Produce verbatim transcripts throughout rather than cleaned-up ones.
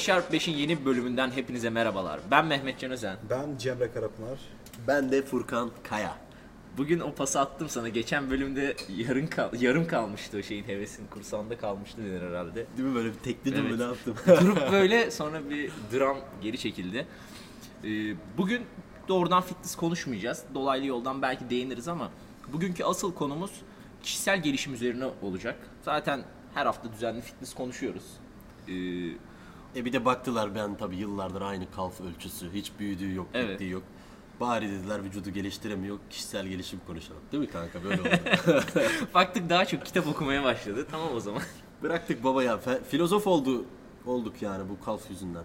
beş çarpı beşin yeni bir bölümünden hepinize merhabalar. Ben Mehmet Can Özen. Ben Cemre Karapınar. Ben de Furkan Kaya. Bugün o pası attım sana. Geçen bölümde yarım kal yarım kalmıştı o şeyin, hevesin kursağında kalmıştı denir herhalde. Değil mi, böyle bir tekledim Evet. mi, ne yaptım? Durup böyle sonra bir dram geri çekildi. Ee, bugün doğrudan fitness konuşmayacağız. Dolaylı yoldan belki değiniriz ama bugünkü asıl konumuz kişisel gelişim üzerine olacak. Zaten her hafta düzenli fitness konuşuyoruz. Ee, E bir de baktılar, ben tabii yıllardır aynı kalf ölçüsü, hiç büyüdüğü yok, Evet. gittiği yok. Bari dediler vücudu geliştiremiyor, kişisel gelişim konuşalım. Değil mi kanka, böyle oldu. baktık daha çok kitap okumaya başladı. Tamam o zaman. Bıraktık baba ya, fe- filozof oldu olduk yani bu kalf yüzünden.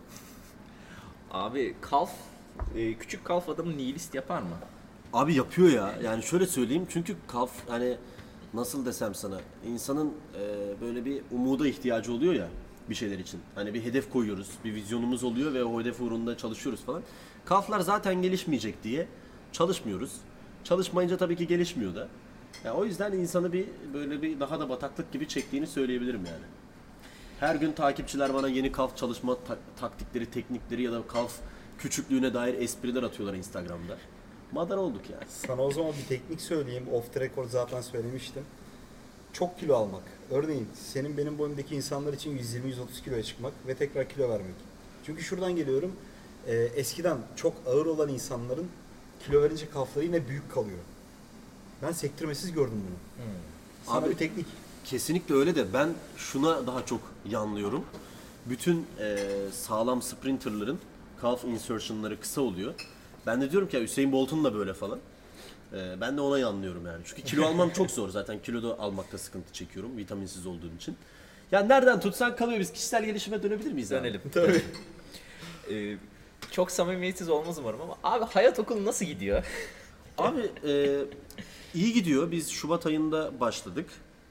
Abi kalf, e, küçük kalf adamı nihilist yapar mı? Abi yapıyor ya, yani şöyle söyleyeyim, çünkü kalf hani nasıl desem sana, insanın e, böyle bir umuda ihtiyacı oluyor ya bir şeyler için. Hani bir hedef koyuyoruz, bir vizyonumuz oluyor ve o hedef uğrunda çalışıyoruz falan. Kalflar zaten gelişmeyecek diye çalışmıyoruz. Çalışmayınca tabii ki gelişmiyor da. Ya o yüzden insanı bir böyle bir daha da bataklık gibi çektiğini söyleyebilirim yani. Her gün takipçiler bana yeni kalf çalışma ta- taktikleri, teknikleri ya da kalf küçüklüğüne dair espriler atıyorlar Instagram'da. Madar olduk yani. Sana o zaman bir teknik söyleyeyim. Off the record zaten söylemiştim. Çok kilo almak. Örneğin senin benim boyumdaki insanlar için yüz yirmi yüz otuz kiloya çıkmak ve tekrar kilo vermek. Çünkü şuradan geliyorum. E, eskiden çok ağır olan insanların kilo verince kalfları yine büyük kalıyor. Ben sektirmesiz gördüm bunu. Hmm. Sana Abi, bir teknik. Kesinlikle öyle de ben şuna daha çok yanlıyorum. Bütün e, sağlam sprinterların calf insertion'ları kısa oluyor. Ben de diyorum ki ya Hüseyin Bolt'un da böyle falan. E, ben de ona yanlıyorum yani. Çünkü kilo almam çok zor zaten. Kilo da almakta sıkıntı çekiyorum vitaminsiz olduğum için. Ya nereden tutsan kalıyor. Biz kişisel gelişime dönebilir miyiz? Dönelim. Tabii. Ee, çok samimiyetsiz olmaz umarım ama abi hayat okulu nasıl gidiyor? Abi e, iyi gidiyor. Biz Şubat ayında başladık.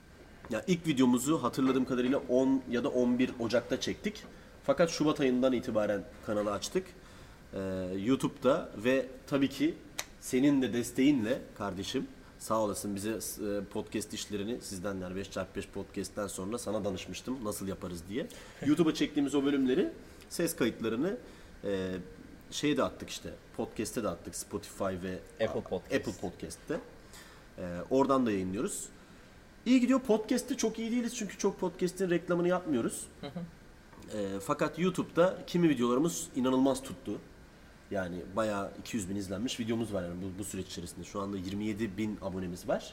Ya ilk videomuzu hatırladığım kadarıyla on ya da on bir Ocak'ta çektik. Fakat Şubat ayından itibaren kanalı açtık. Ee, YouTube'da ve tabii ki senin de desteğinle kardeşim, sağ olasın, bize e, podcast işlerini sizden, yani beş çarpı beş podcast'ten sonra sana danışmıştım nasıl yaparız diye. YouTube'a çektiğimiz o bölümleri, ses kayıtlarını e, şeye de attık işte. Podcast'te de attık, Spotify ve Apple Podcast. Apple Podcast'te. Ee, oradan da yayınlıyoruz. İyi gidiyor. Podcast'te çok iyi değiliz çünkü çok podcast'in reklamını yapmıyoruz. Hı hı. E, fakat YouTube'da kimi videolarımız inanılmaz tuttu. Yani bayağı iki yüz bin izlenmiş videomuz var yani bu, bu süreç içerisinde. Şu anda yirmi yedi bin abonemiz var.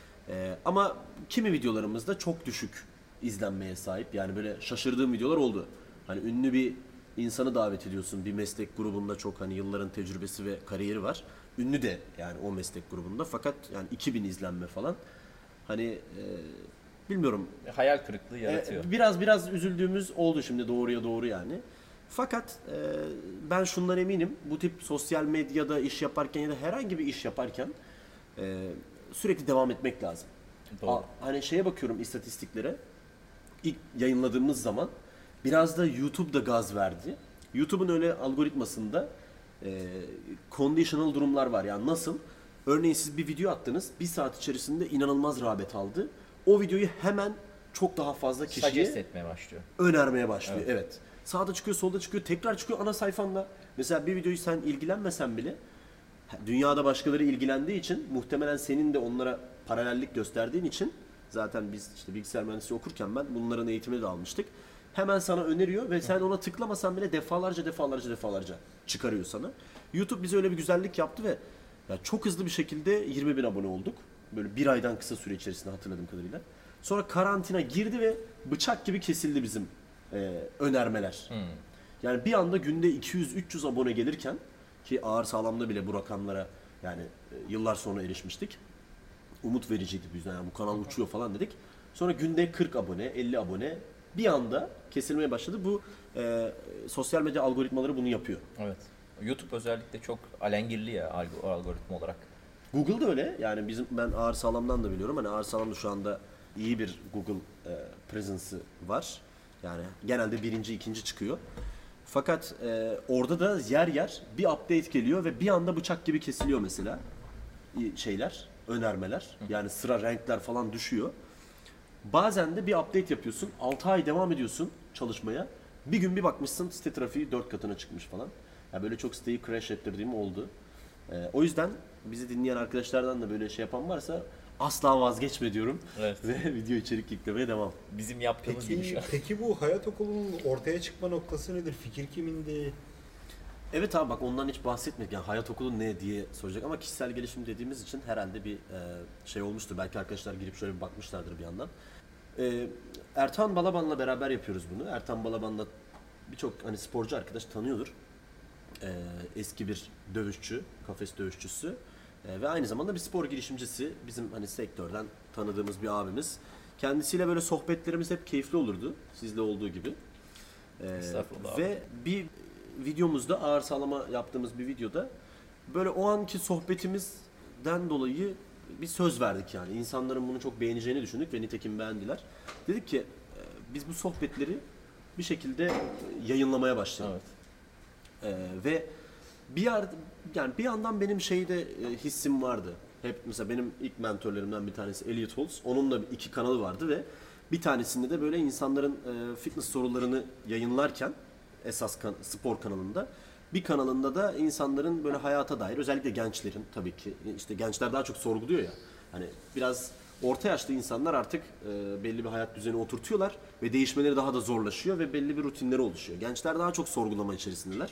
E, ama kimi videolarımız da çok düşük izlenmeye sahip. Yani böyle şaşırdığım videolar oldu. Hani ünlü bir insanı davet ediyorsun. Bir meslek grubunda çok hani yılların tecrübesi ve kariyeri var. Ünlü de yani o meslek grubunda. Fakat yani iki bin izlenme falan. Hani e, bilmiyorum. Hayal kırıklığı yaratıyor. E, biraz biraz üzüldüğümüz oldu şimdi, doğruya doğru yani. Fakat e, ben şundan eminim. Bu tip sosyal medyada iş yaparken ya da herhangi bir iş yaparken e, sürekli devam etmek lazım. Doğru. A, hani şeye bakıyorum, istatistiklere. İlk yayınladığımız zaman biraz da YouTube'da gaz verdi. YouTube'un öyle algoritmasında e, conditional durumlar var. Yani nasıl? Örneğin siz bir video attınız, bir saat içerisinde inanılmaz rağbet aldı. O videoyu hemen çok daha fazla kişiye Suggest etmeye başlıyor. önermeye başlıyor. Evet. Evet. Sağda çıkıyor, solda çıkıyor, tekrar çıkıyor ana sayfanda. Mesela bir videoyu sen ilgilenmesen bile dünyada başkaları ilgilendiği için, muhtemelen senin de onlara paralellik gösterdiğin için, zaten biz işte bilgisayar mühendisliği okurken ben bunların eğitimini de almıştık. Hemen sana öneriyor ve sen ona tıklamasan bile defalarca defalarca defalarca çıkarıyor sana. YouTube bize öyle bir güzellik yaptı ve ya çok hızlı bir şekilde yirmi bin abone olduk. Böyle bir aydan kısa süre içerisinde, hatırladığım kadarıyla. Sonra karantina girdi ve bıçak gibi kesildi bizim e, önermeler. Hmm. Yani bir anda günde iki yüz üç yüz abone gelirken, ki ağır sağlamda bile bu rakamlara yani e, yıllar sonra erişmiştik. Umut vericiydi bu yüzden, yani bu kanal uçuyor falan dedik. Sonra günde kırk abone, elli abone bir anda kesilmeye başladı. Bu e, sosyal medya algoritmaları bunu yapıyor. Evet. YouTube özellikle çok alengirli ya algoritma olarak. Google da öyle. Yani bizim, ben ağır sağlamdan da biliyorum. Hani ağır sağlamda şu anda iyi bir Google e, presence'ı var. Yani genelde birinci, ikinci çıkıyor. Fakat e, orada da yer yer bir update geliyor ve bir anda bıçak gibi kesiliyor mesela şeyler, önermeler. Yani sıra, renkler falan düşüyor. Bazen de bir update yapıyorsun, altı ay devam ediyorsun çalışmaya. Bir gün bir bakmışsın site trafiği dört katına çıkmış falan. Ya böyle çok siteyi crash ettirdiğim oldu. Ee, o yüzden bizi dinleyen arkadaşlardan da böyle şey yapan varsa asla vazgeçme diyorum. Evet. Ve video içerik yüklemeye devam. Bizim yaptığımız gibi şu Peki, an. peki bu hayat okulunun ortaya çıkma noktası nedir? Fikir kimindi? Evet abi bak ondan hiç bahsetmedik. Yani hayat okulu ne diye soracak ama kişisel gelişim dediğimiz için herhalde bir e, şey olmuştur. Belki arkadaşlar girip şöyle bir bakmışlardır bir yandan. E, Ertan Balaban'la beraber yapıyoruz bunu. Ertan Balaban'la birçok hani sporcu arkadaş tanıyordur. E, eski bir dövüşçü, kafes dövüşçüsü e, ve aynı zamanda bir spor girişimcisi. Bizim hani sektörden tanıdığımız bir abimiz. Kendisiyle böyle sohbetlerimiz hep keyifli olurdu. Sizle olduğu gibi. E, Estağfurullah ve bir videomuzda ağır sağlama yaptığımız bir videoda böyle o anki sohbetimizden dolayı bir söz verdik yani. İnsanların bunu çok beğeneceğini düşündük ve nitekim beğendiler. Dedik ki e, biz bu sohbetleri bir şekilde yayınlamaya başlayalım. Evet. E, ve bir yer, yani bir yandan benim şeyde e, hissim vardı. Hep mesela benim ilk mentorlarımdan bir tanesi Elliot Holtz. Onun da iki kanalı vardı ve bir tanesinde de böyle insanların e, fitness sorularını yayınlarken esas kan- spor kanalında. Bir kanalında da insanların böyle hayata dair özellikle gençlerin tabii ki işte gençler daha çok sorguluyor ya. Hani biraz orta yaşlı insanlar artık e, belli bir hayat düzeni oturtuyorlar ve değişmeleri daha da zorlaşıyor ve belli bir rutinleri oluşuyor. Gençler daha çok sorgulama içerisindeler.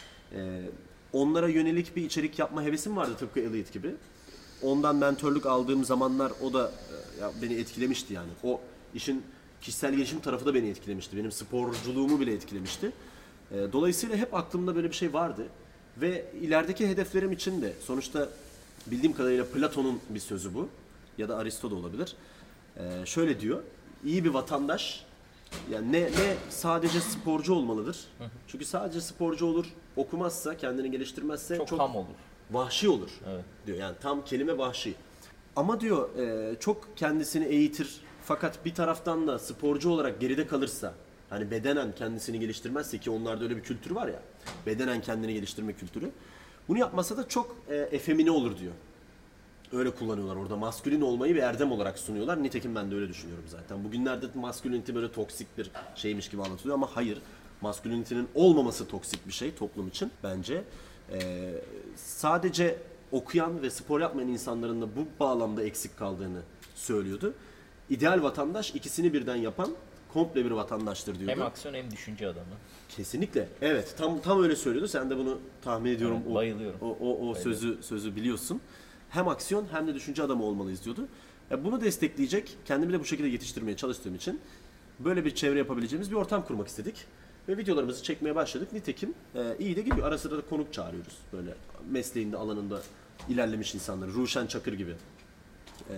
E, onlara yönelik bir içerik yapma hevesim vardı tıpkı Elliot gibi. Ondan mentörlük aldığım zamanlar o da e, ya beni etkilemişti yani. O işin kişisel gelişim tarafı da beni etkilemişti. Benim sporculuğumu bile etkilemişti. E, dolayısıyla hep aklımda böyle bir şey vardı. Ve ilerideki hedeflerim için de sonuçta bildiğim kadarıyla Platon'un bir sözü bu. Ya da Aristo da olabilir. E, şöyle diyor. İyi bir vatandaş yani ne, ne sadece sporcu olmalıdır. Çünkü sadece sporcu olur, okumazsa, kendini geliştirmezse Çok, çok ham olur. vahşi olur Evet. diyor. Yani tam kelime vahşi. Ama diyor e, çok kendisini eğitir fakat bir taraftan da sporcu olarak geride kalırsa hani bedenen kendisini geliştirmezse ki onlarda öyle bir kültür var ya bedenen kendini geliştirme kültürü. Bunu yapmasa da çok e, efemine olur diyor. Öyle kullanıyorlar orada. Maskülin olmayı bir erdem olarak sunuyorlar. Nitekim ben de öyle düşünüyorum zaten. Bugünlerde maskülinite böyle toksik bir şeymiş gibi anlatılıyor ama hayır. Maskülinitenin olmaması toksik bir şey toplum için bence. Ee, sadece okuyan ve spor yapmayan insanların da bu bağlamda eksik kaldığını söylüyordu. İdeal vatandaş ikisini birden yapan komple bir vatandaştır diyordu. Hem aksiyon hem düşünce adamı. Kesinlikle. Evet, tam tam öyle söylüyordu. Sen de bunu tahmin ediyorum. Evet, o, bayılıyorum. O, o, o Bayılıyorum. sözü sözü biliyorsun. Hem aksiyon hem de düşünce adamı olmalıyız diyordu. Ya bunu destekleyecek, kendimi de bu şekilde yetiştirmeye çalıştığım için böyle bir çevre yapabileceğimiz bir ortam kurmak istedik. Ve videolarımızı çekmeye başladık. Nitekim e, iyi de gidiyor. Ara sıra da konuk çağırıyoruz. Böyle mesleğinde, alanında ilerlemiş insanları. Ruşen Çakır gibi. E,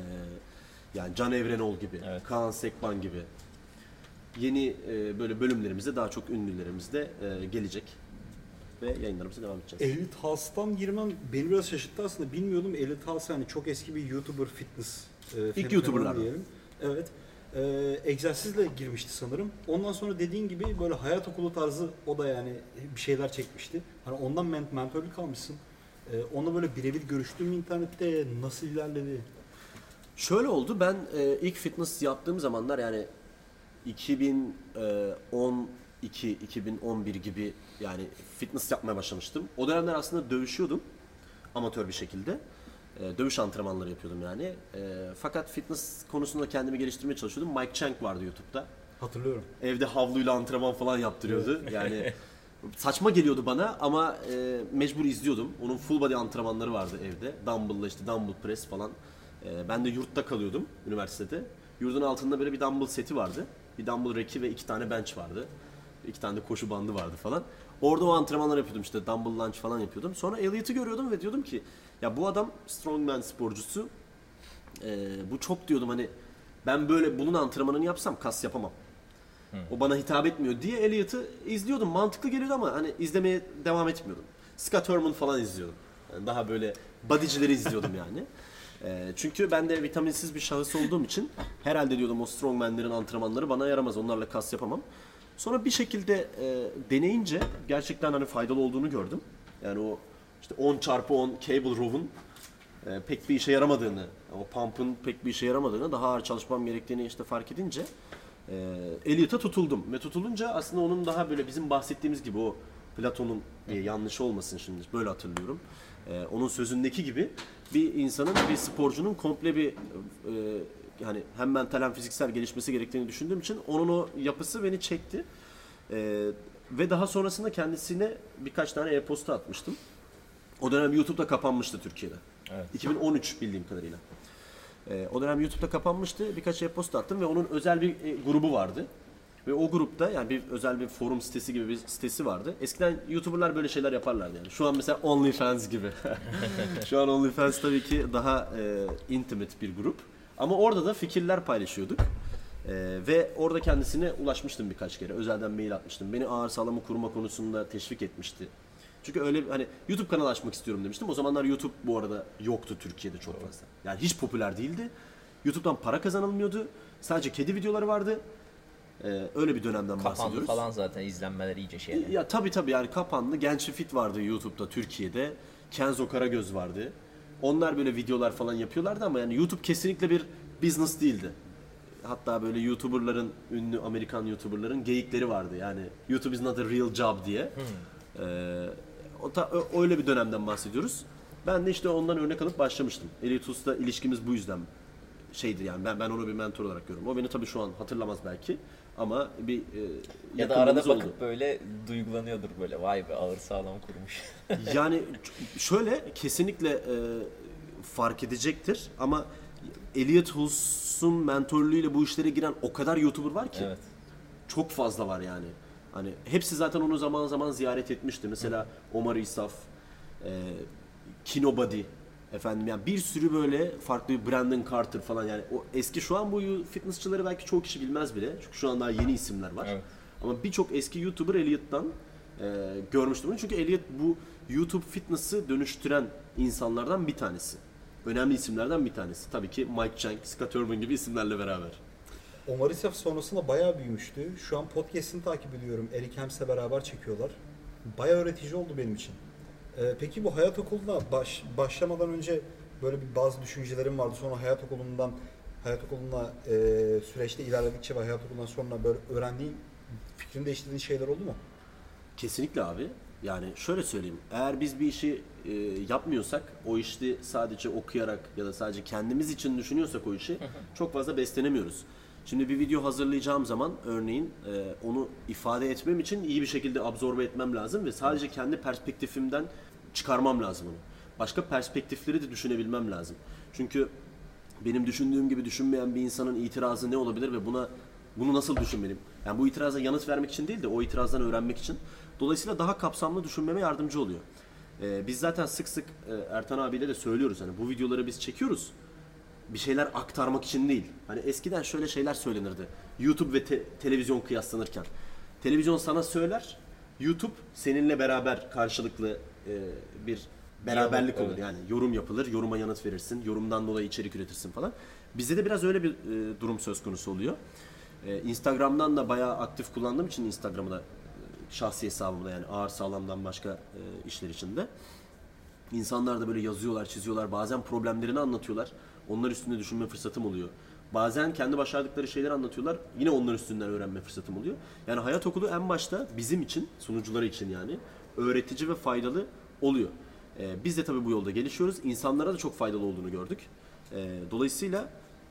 yani Can Evrenol gibi. Evet. Kaan Sekban gibi. Yeni e, böyle bölümlerimizde daha çok ünlülerimiz de e, gelecek. Ve yayınlarımıza devam edeceğiz. Elliot Hals'tan girmem beni biraz şaşırttı aslında. Bilmiyordum Elliot Hals hani çok eski bir YouTuber fitness. E, fenomeni YouTuber'lardan. diyelim. Evet. E, egzersizle girmişti sanırım. Ondan sonra dediğin gibi böyle hayat okulu tarzı o da yani bir şeyler çekmişti. Hani ondan ment mentörlük almışsın. E, onunla böyle birebir görüştün mü internette? Nasıl ilerledi? Şöyle oldu. Ben e, ilk fitness yaptığım zamanlar yani iki bin on iki iki bin on bir gibi yani fitness yapmaya başlamıştım. O dönemler aslında dövüşüyordum amatör bir şekilde. E, dövüş antrenmanları yapıyordum yani. E, fakat fitness konusunda kendimi geliştirmeye çalışıyordum. Mike Chang vardı YouTube'da. Hatırlıyorum. Evde havluyla antrenman falan yaptırıyordu. Yani saçma geliyordu bana ama e, mecbur izliyordum. Onun full body antrenmanları vardı evde. Dumbbell'la işte dumbbell press falan. E, ben de yurtta kalıyordum üniversitede. Yurdun altında böyle bir dumbbell seti vardı. Bir dumbbell rack'i ve iki tane bench vardı. İki tane de koşu bandı vardı falan. Orada o antrenmanlar yapıyordum işte dumbbell lunge falan yapıyordum. Sonra Elliot'ı görüyordum ve diyordum ki ya bu adam strongman sporcusu. E, bu çok diyordum hani ben böyle bunun antrenmanını yapsam kas yapamam. O bana hitap etmiyor diye Elliot'ı izliyordum. Mantıklı geliyordu ama hani izlemeye devam etmiyordum. Scott Herman falan izliyordum. Yani daha böyle bodycileri izliyordum yani. E, çünkü ben de vitaminsiz bir şahıs olduğum için herhalde diyordum o strongmanlerin antrenmanları bana yaramaz. Onlarla kas yapamam. Sonra bir şekilde e, deneyince gerçekten hani faydalı olduğunu gördüm. Yani o işte on çarpı on cable row'un e, pek bir işe yaramadığını, o pump'ın pek bir işe yaramadığını, daha ağır çalışmam gerektiğini işte fark edince Ee, Elliot'a tutuldum ve tutulunca aslında onun daha böyle bizim bahsettiğimiz gibi o Platon'un diye yanlış olmasın şimdi böyle hatırlıyorum. Ee, onun sözündeki gibi bir insanın, bir sporcunun komple bir e, yani hem mental hem fiziksel gelişmesi gerektiğini düşündüğüm için onun o yapısı beni çekti. Ee, ve daha sonrasında kendisine birkaç tane e-posta atmıştım. O dönem YouTube'da kapanmıştı Türkiye'de. Evet. iki bin on üç bildiğim kadarıyla. Ee, o dönem YouTube'da kapanmıştı. Birkaç e-posta attım ve onun özel bir e, grubu vardı. Ve o grupta yani bir özel bir forum sitesi gibi bir sitesi vardı. Eskiden YouTuber'lar böyle şeyler yaparlardı yani. Şu an mesela OnlyFans gibi. Şu an OnlyFans tabii ki daha e, intimate bir grup. Ama orada da fikirler paylaşıyorduk. E, ve orada kendisine ulaşmıştım birkaç kere. Özelden mail atmıştım. Beni ağır sağlamı kurma konusunda teşvik etmişti. Çünkü öyle hani YouTube kanalı açmak istiyorum demiştim. O zamanlar YouTube bu arada yoktu Türkiye'de çok fazla. Yani hiç popüler değildi. YouTube'dan para kazanılmıyordu. Sadece kedi videoları vardı. Ee, öyle bir dönemden Kapandı bahsediyoruz. falan zaten, izlenmeler iyice şeydi. Ya tabii tabii yani kapandı. Gençli Fit vardı YouTube'da Türkiye'de. Kenzo Karagöz vardı. Onlar böyle videolar falan yapıyorlardı ama yani YouTube kesinlikle bir business değildi. Hatta böyle YouTuber'ların, ünlü Amerikan YouTuber'ların geyikleri vardı. Yani YouTube is not a real job diye. Hmm. Ee, o ta, öyle bir dönemden bahsediyoruz. Ben de işte ondan örnek alıp başlamıştım. Elliot ilişkimiz bu yüzden şeydir yani ben ben onu bir mentor olarak görüyorum. O beni tabii şu an hatırlamaz belki ama bir e, ya da arada bakıp oldu. böyle duygulanıyordur böyle, vay be ağır sağlam kurmuş. Yani şöyle kesinlikle e, fark edecektir ama Elliot Huls'un mentorluğuyla bu işlere giren o kadar YouTuber var ki. Evet. Çok fazla var yani. Hani hepsi zaten onu zaman zaman ziyaret etmişti. Mesela Omar İsaf, e, Kinobody, efendim yani bir sürü böyle farklı, Brandon Carter falan yani o eski şu an bu fitnessçıları belki çoğu kişi bilmez bile. Çünkü şu an daha yeni isimler var. Evet. Ama birçok eski YouTuber Elliot'tan e, görmüştüm. Çünkü Elliot bu YouTube fitness'ı dönüştüren insanlardan bir tanesi. Önemli isimlerden bir tanesi. Tabii ki Mike Chang, Scott Urban gibi isimlerle beraber. Omar İsaf sonrasında bayağı büyümüştü. Şu an podcast'ini takip ediyorum. Eric Hems'le beraber çekiyorlar. Bayağı öğretici oldu benim için. Ee, peki bu hayat okuluna baş, başlamadan önce böyle bir bazı düşüncelerim vardı. Sonra hayat okulundan hayat okuluna e, süreçte ilerledikçe ve hayat okulundan sonra böyle öğrendiğin, fikrini değiştirdiğin şeyler oldu mu? Kesinlikle abi. Yani şöyle söyleyeyim. Eğer biz bir işi e, yapmıyorsak, o işi sadece okuyarak ya da sadece kendimiz için düşünüyorsak o işi çok fazla beslenemiyoruz. Şimdi bir video hazırlayacağım zaman örneğin e, onu ifade etmem için iyi bir şekilde absorbe etmem lazım ve sadece kendi perspektifimden çıkarmam lazım onu. Başka perspektifleri de düşünebilmem lazım. Çünkü benim düşündüğüm gibi düşünmeyen bir insanın itirazı ne olabilir ve buna bunu nasıl düşünmeliyim? Yani bu itiraza yanıt vermek için değil de o itirazdan öğrenmek için. Dolayısıyla daha kapsamlı düşünmeme yardımcı oluyor. Ee, biz zaten sık sık e, Ertan abiyle de söylüyoruz hani bu videoları biz çekiyoruz. Bir şeyler aktarmak için değil. Hani eskiden şöyle şeyler söylenirdi. YouTube ve te- televizyon kıyaslanırken. Televizyon sana söyler, YouTube seninle beraber karşılıklı e, bir beraberlik olur. Evet. Yani yorum yapılır, yoruma yanıt verirsin, yorumdan dolayı içerik üretirsin falan. Bizde de biraz öyle bir e, durum söz konusu oluyor. E, Instagram'dan da bayağı aktif kullandığım için Instagram'ı da e, şahsi hesabımda yani ağır sağlamdan başka e, işler içinde. İnsanlar da böyle yazıyorlar, çiziyorlar, bazen problemlerini anlatıyorlar. Onlar üstünde düşünme fırsatım oluyor. Bazen kendi başardıkları şeyleri anlatıyorlar. Yine onlar üstünden öğrenme fırsatım oluyor. Yani hayat okulu en başta bizim için, sunucuları için yani öğretici ve faydalı oluyor. Ee, biz de tabii bu yolda gelişiyoruz. İnsanlara da çok faydalı olduğunu gördük. Ee, dolayısıyla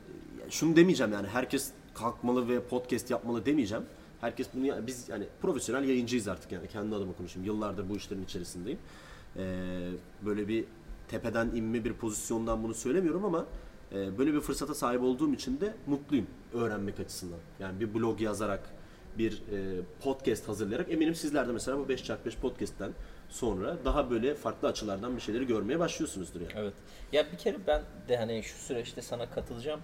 şunu demeyeceğim yani herkes kalkmalı ve podcast yapmalı demeyeceğim. Herkes bunu yani biz yani profesyonel yayıncıyız artık yani kendi adıma konuşayım. Yıllardır bu işlerin içerisindeyim. Ee, böyle bir tepeden inme bir pozisyondan bunu söylemiyorum ama e, böyle bir fırsata sahip olduğum için de mutluyum öğrenmek açısından. Yani bir blog yazarak, bir e, podcast hazırlayarak eminim sizler de mesela bu beş çarpı beş podcast'ten sonra daha böyle farklı açılardan bir şeyleri görmeye başlıyorsunuzdur yani. Evet. Ya bir kere ben de hani şu süreçte sana katılacağım.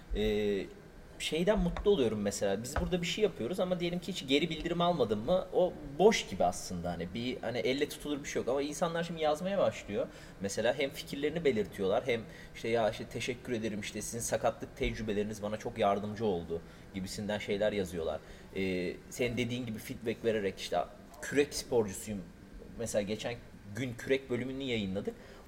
Ee, şeyden mutlu oluyorum mesela. Biz burada bir şey yapıyoruz ama diyelim ki hiç geri bildirim almadın mı o boş gibi aslında hani bir hani elle tutulur bir şey yok ama insanlar şimdi yazmaya başlıyor. Mesela hem fikirlerini belirtiyorlar hem işte ya işte teşekkür ederim işte sizin sakatlık tecrübeleriniz bana çok yardımcı oldu gibisinden şeyler yazıyorlar. Ee, senin dediğin gibi feedback vererek işte kürek sporcusuyum. Mesela geçen gün kürek bölümünü yayınladık.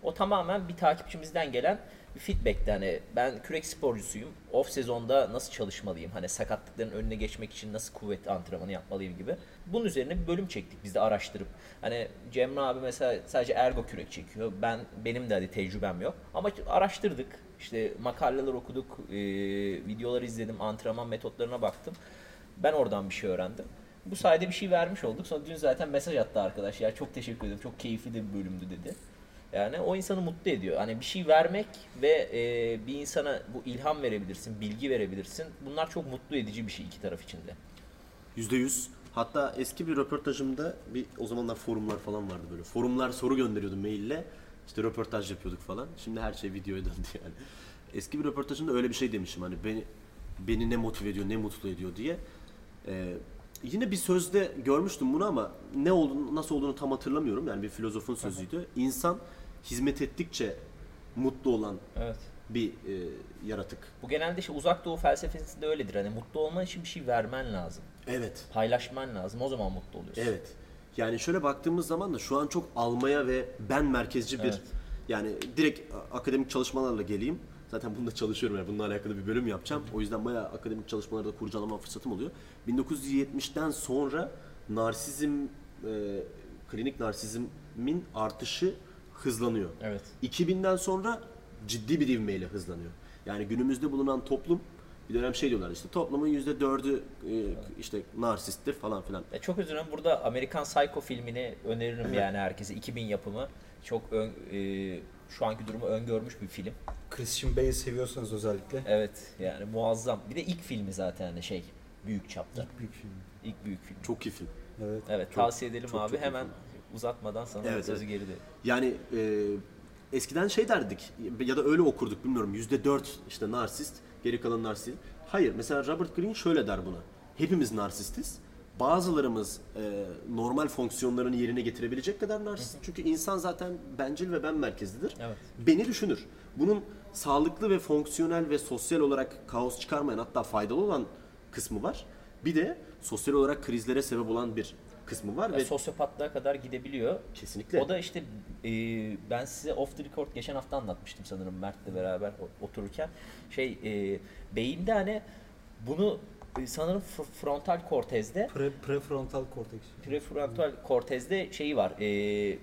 O tamamen bir takipçimizden gelen bir feedback'ti. Hani ben kürek sporcusuyum. Off sezonda nasıl çalışmalıyım? Hani sakatlıkların önüne geçmek için nasıl kuvvet antrenmanı yapmalıyım gibi. Bunun üzerine bir bölüm çektik biz de araştırıp. Hani Cemre abi mesela sadece ergo kürek çekiyor. Ben benim de hadi tecrübem yok. Ama araştırdık. İşte makaleler okuduk, e, videolar izledim, antrenman metotlarına baktım. Ben oradan bir şey öğrendim. Bu sayede bir şey vermiş olduk. Sonra dün zaten mesaj attı arkadaş. Ya çok teşekkür ederim. Çok keyifli de bir bölümdü dedi. Yani o insanı mutlu ediyor. Hani bir şey vermek ve e, bir insana bu ilham verebilirsin, bilgi verebilirsin. Bunlar çok mutlu edici bir şey iki taraf için de. yüzde yüz. Hatta eski bir röportajımda bir o zamanlar forumlar falan vardı böyle. Forumlar soru gönderiyordum maille. İşte röportaj yapıyorduk falan. Şimdi her şey videoya döndü yani. Eski bir röportajımda öyle bir şey demişim hani beni beni ne motive ediyor, ne mutlu ediyor diye. Ee, yine bir sözde görmüştüm bunu ama ne olduğunu, nasıl olduğunu tam hatırlamıyorum. Yani bir filozofun sözüydü. İnsan hizmet ettikçe mutlu olan Evet. bir e, yaratık. Bu genelde işte uzak doğu felsefesinde öyledir. Hani mutlu olman için bir şey vermen lazım. Evet. Paylaşman lazım. O zaman mutlu oluyorsun. Evet. Yani şöyle baktığımız zaman da şu an çok almaya ve ben merkezci bir Evet. yani direkt akademik çalışmalarla geleyim. Zaten bunda çalışıyorum yani bununla alakalı bir bölüm yapacağım. O yüzden bayağı akademik çalışmalarda kurcalama fırsatım oluyor. bin dokuz yüz yetmişten sonra narsizm, e, klinik narsizmin artışı hızlanıyor. Evet. iki binden sonra ciddi bir ivmeyle hızlanıyor. Yani günümüzde bulunan toplum bir dönem şey diyorlar işte toplumun yüzde dördü e, işte narsisttir falan filan. E çok üzülürüm. Burada Amerikan Psycho filmini öneririm yani herkese. iki bin yapımı. Çok ön, e, şu anki durumu öngörmüş bir film. Christian Bale'i seviyorsanız özellikle. Evet yani muazzam. Bir de ilk filmi zaten hani şey büyük çapta. İlk büyük film. İlk büyük film. Çok iyi film. Evet. Evet Çok, tavsiye edelim çok, abi. çok iyi Hemen film. uzatmadan sana Evet, sözü evet. geride. Yani e, eskiden şey derdik ya da öyle okurduk bilmiyorum yüzde dört işte narsist geri kalan narsist. Hayır mesela Robert Greene şöyle der buna. Hepimiz narsistiz. Bazılarımız e, normal fonksiyonlarını yerine getirebilecek kadar narsist. Çünkü insan zaten bencil ve ben merkezlidir. Evet. Beni düşünür. Bunun sağlıklı ve fonksiyonel ve sosyal olarak kaos çıkarmayan hatta faydalı olan kısmı var. Bir de sosyal olarak krizlere sebep olan bir kısmı var Ya ve sosyopatlığa kadar gidebiliyor. kesinlikle. O da işte e, ben size off the record geçen hafta anlatmıştım sanırım Mert'le beraber o- otururken. Şey e, beyinde hani bunu e, sanırım f- frontal kortezde Pre, prefrontal korteks. prefrontal kortezde şeyi var. E,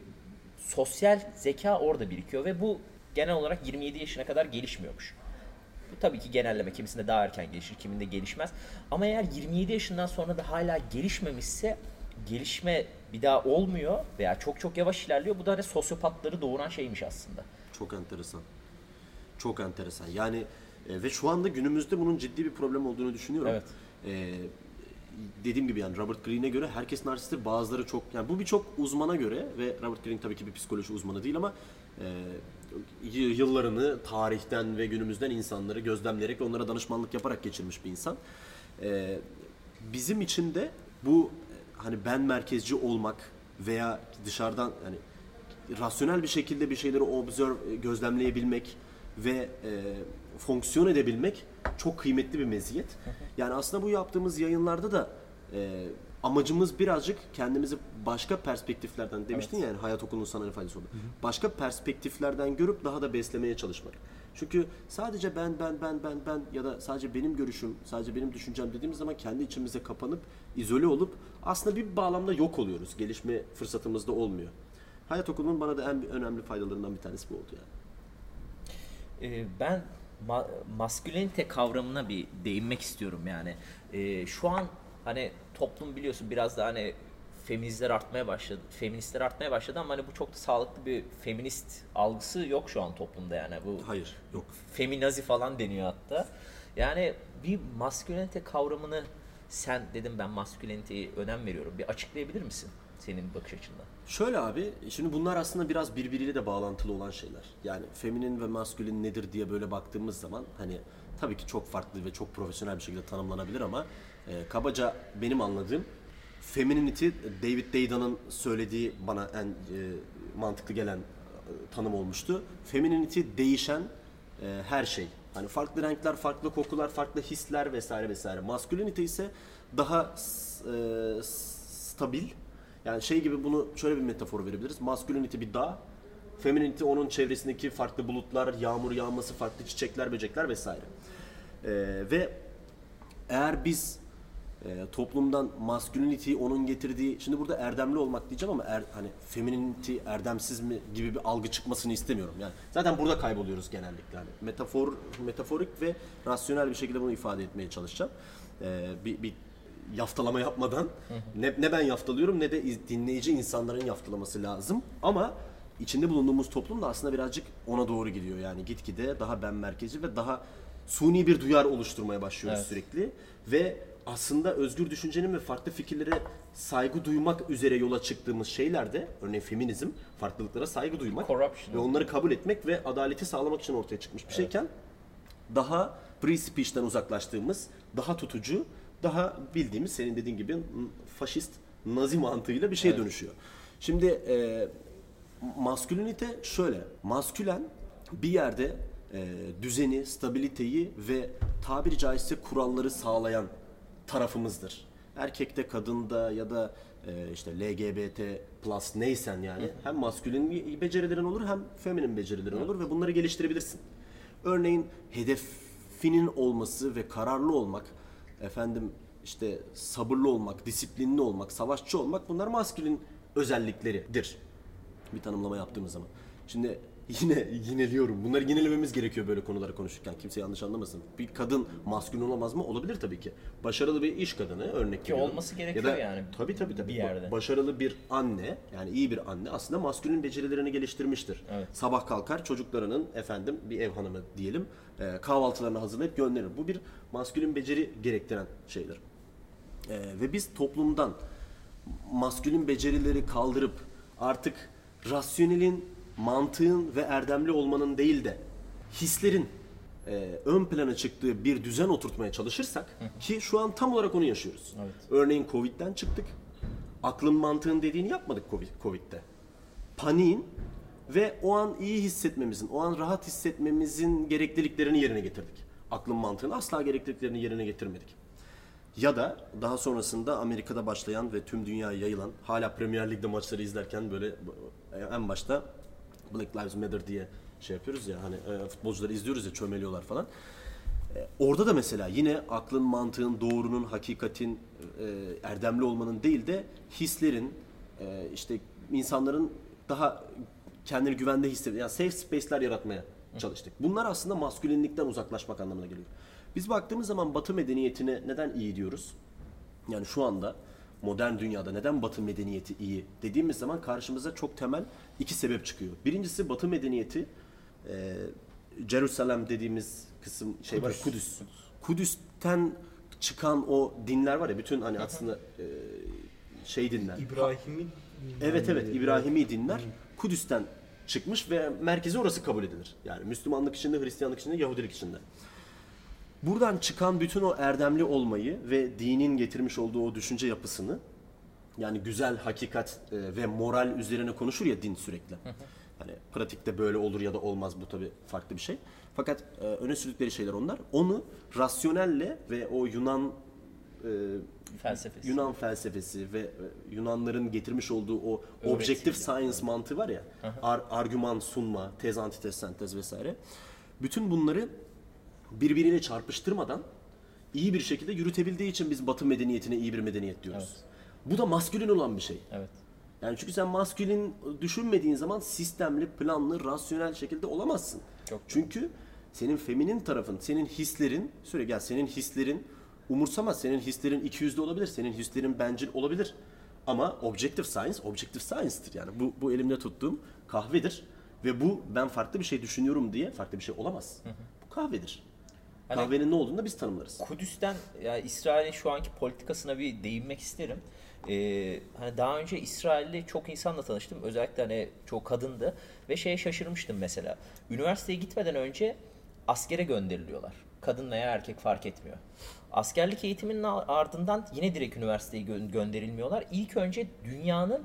sosyal zeka orada birikiyor ve bu genel olarak yirmi yedi yaşına kadar gelişmiyormuş. Bu tabii ki genelleme. Kimisinde daha erken gelişir, kiminde gelişmez. Ama eğer yirmi yedi yaşından sonra da hala gelişmemişse gelişme bir daha olmuyor veya çok çok yavaş ilerliyor. Bu da hani sosyopatları doğuran şeymiş aslında. Çok enteresan. Çok enteresan. Yani e, ve şu anda günümüzde bunun ciddi bir problem olduğunu düşünüyorum. Evet. E, dediğim gibi yani Robert Greene'e göre herkes narsisttir. Bazıları çok yani bu birçok uzmana göre ve Robert Greene tabii ki bir psikoloji uzmanı değil ama e, y- yıllarını tarihten ve günümüzden insanları gözlemleyerek ve onlara danışmanlık yaparak geçirmiş bir insan. E, bizim için de bu e, hani ben merkezci olmak veya dışarıdan hani rasyonel bir şekilde bir şeyleri observe, gözlemleyebilmek ve e, fonksiyon edebilmek çok kıymetli bir meziyet. Yani aslında bu yaptığımız yayınlarda da e, amacımız birazcık kendimizi başka perspektiflerden demiştin Evet. ya yani hayat okulunun sana ne faydası oldu. Başka perspektiflerden görüp daha da beslemeye çalışmak. Çünkü sadece ben ben ben ben ben ya da sadece benim görüşüm, sadece benim düşüncem dediğimiz zaman kendi içimize kapanıp izole olup aslında bir bağlamda yok oluyoruz. Gelişme fırsatımız da olmuyor. Hayat okulunun bana da en önemli faydalarından bir tanesi bu oldu yani. Ee, ben ma- maskülenite kavramına bir değinmek istiyorum yani. Ee, şu an hani toplum biliyorsun biraz da hani feministler artmaya başladı. Feministler artmaya başladı ama hani bu çok da sağlıklı bir feminist algısı yok şu an toplumda yani. Bu Hayır, yok. feminazi falan deniyor hatta. Yani bir maskülenite kavramını sen dedim ben masküleniteye önem veriyorum. Bir açıklayabilir misin senin bakış açından? Şöyle abi, şimdi bunlar aslında biraz birbiriyle de bağlantılı olan şeyler. Yani feminin ve maskülin nedir diye böyle baktığımız zaman hani tabii ki çok farklı ve çok profesyonel bir şekilde tanımlanabilir ama e, kabaca benim anladığım femininity David Deidan'ın söylediği bana en e, mantıklı gelen e, tanım olmuştu. Femininity değişen e, her şey. Hani farklı renkler, farklı kokular, farklı hisler vesaire vesaire. Maskülinite ise daha s- e, stabil. Yani şey gibi bunu şöyle bir metafor verebiliriz. Maskülinite bir dağ, Femininity onun çevresindeki farklı bulutlar, yağmur yağması, farklı çiçekler, böcekler vesaire. Ee, ve eğer biz e, toplumdan masculinity'yi onun getirdiği, şimdi burada erdemli olmak diyeceğim ama er, hani femininity erdemsiz mi gibi bir algı çıkmasını istemiyorum. Yani zaten burada kayboluyoruz genellikle. Yani metafor, metaforik ve rasyonel bir şekilde bunu ifade etmeye çalışacağım. Ee, bir, bir yaftalama yapmadan ne, ne ben yaftalıyorum ne de iz, dinleyici insanların yaftalaması lazım. Ama içinde bulunduğumuz toplum da aslında birazcık ona doğru gidiyor. Yani gitgide daha ben merkezi ve daha suni bir duyar oluşturmaya başlıyoruz, evet, sürekli. Ve aslında özgür düşüncenin ve farklı fikirlere saygı duymak üzere yola çıktığımız şeylerde, örneğin feminizm, farklılıklara saygı duymak Corruption. ve onları kabul etmek ve adaleti sağlamak için ortaya çıkmış bir evet. şeyken daha free speech'ten uzaklaştığımız, daha tutucu, daha bildiğimiz senin dediğin gibi faşist, nazi mantığıyla bir şeye evet. dönüşüyor. Şimdi e, maskülinite şöyle, maskülen bir yerde e, düzeni, stabiliteyi ve tabiri caizse kuralları sağlayan tarafımızdır. Erkekte, kadında ya da e, işte L G B T plus neysen yani hı. hem maskülin becerilerin olur hem feminin becerilerin hı. olur ve bunları geliştirebilirsin. Örneğin hedefinin olması ve kararlı olmak, efendim işte sabırlı olmak, disiplinli olmak, savaşçı olmak, bunlar maskülin özellikleridir. Bir tanımlama yaptığımız zaman. Şimdi yine yineliyorum. Bunları yinelememiz gerekiyor böyle konuları konuşurken. Kimse yanlış anlamasın. Bir kadın maskülin olamaz mı? Olabilir tabii ki. Başarılı bir iş kadını örnek ki veriyorum. olması gerekiyor ya da, yani. Tabii tabii tabii. Bir yerde. Başarılı bir anne, yani iyi bir anne aslında maskülin becerilerini geliştirmiştir. Evet. Sabah kalkar çocuklarının efendim bir ev hanımı diyelim kahvaltılarını hazırlayıp gönderir. Bu bir maskülin beceri gerektiren şeydir. Ee, ve biz toplumdan maskülin becerileri kaldırıp artık rasyonelin, mantığın ve erdemli olmanın değil de hislerin e, ön plana çıktığı bir düzen oturtmaya çalışırsak hı hı. ki şu an tam olarak onu yaşıyoruz. Evet. Örneğin Covid'den çıktık. Aklın mantığın dediğini yapmadık Covid'de. Paniğin ve o an iyi hissetmemizin, o an rahat hissetmemizin gerekliliklerini yerine getirdik. Aklın mantığın asla gerekliliklerini yerine getirmedik. Ya da daha sonrasında Amerika'da başlayan ve tüm dünyaya yayılan, hala Premier Lig'de maçları izlerken böyle en başta Black Lives Matter diye şey yapıyoruz ya, hani futbolcuları izliyoruz ya, çömeliyorlar falan. Orada da mesela yine aklın, mantığın, doğrunun, hakikatin, erdemli olmanın değil de hislerin, işte insanların daha kendini güvende hissettiği, yani safe space'ler yaratmaya çalıştık. Bunlar aslında maskülinlikten uzaklaşmak anlamına geliyor. Biz baktığımız zaman Batı medeniyetine neden iyi diyoruz? Yani şu anda modern dünyada neden Batı medeniyeti iyi dediğimiz zaman karşımıza çok temel iki sebep çıkıyor. Birincisi Batı medeniyeti, e, Jerusalem dediğimiz kısım şey Kudüs. var, Kudüs. Kudüs'ten çıkan o dinler var ya, bütün hani aslında e, şey dinler. İbrahim'i Evet evet İbrahimi dinler Kudüs'ten çıkmış ve merkezi orası kabul edilir. Yani Müslümanlık içinde, Hristiyanlık içinde, Yahudilik içinde. Buradan çıkan bütün o erdemli olmayı ve dinin getirmiş olduğu o düşünce yapısını, yani güzel, hakikat e, ve moral üzerine konuşur ya din sürekli. Hani pratikte böyle olur ya da olmaz, bu tabii farklı bir şey. Fakat e, öne sürdükleri şeyler onlar. Onu rasyonelle ve o Yunan e, felsefesi. Yunan felsefesi ve e, Yunanların getirmiş olduğu o Öğretiyle. objective science mantığı var ya, ar, argüman sunma, tez, antitez, sentez vesaire. Bütün bunları birbiriyle çarpıştırmadan iyi bir şekilde yürütebildiği için biz Batı medeniyetine iyi bir medeniyet diyoruz. Evet. Bu da maskülin olan bir şey. Evet. Yani çünkü sen maskülin düşünmediğin zaman sistemli, planlı, rasyonel şekilde olamazsın. Çok çünkü doğru. Senin feminin tarafın, senin hislerin, söyle gel, senin hislerin umursamaz. Senin hislerin iki yüzlü olabilir, senin hislerin bencil olabilir. Ama objective science, objective science'tir. Yani bu, bu elimde tuttuğum kahvedir. Ve bu ben farklı bir şey düşünüyorum diye farklı bir şey olamaz. Hı hı. Bu kahvedir. Hani kahvenin ne olduğunu da biz tanımlarız. Kudüs'ten, yani İsrail'in şu anki politikasına bir değinmek isterim. Ee, hani daha önce İsrail'li çok insanla tanıştım. Özellikle hani çoğu kadındı ve şeye şaşırmıştım mesela. Üniversiteye gitmeden önce askere gönderiliyorlar. Kadın veya erkek fark etmiyor. Askerlik eğitiminin ardından yine direkt üniversiteye gö- gönderilmiyorlar. İlk önce dünyanın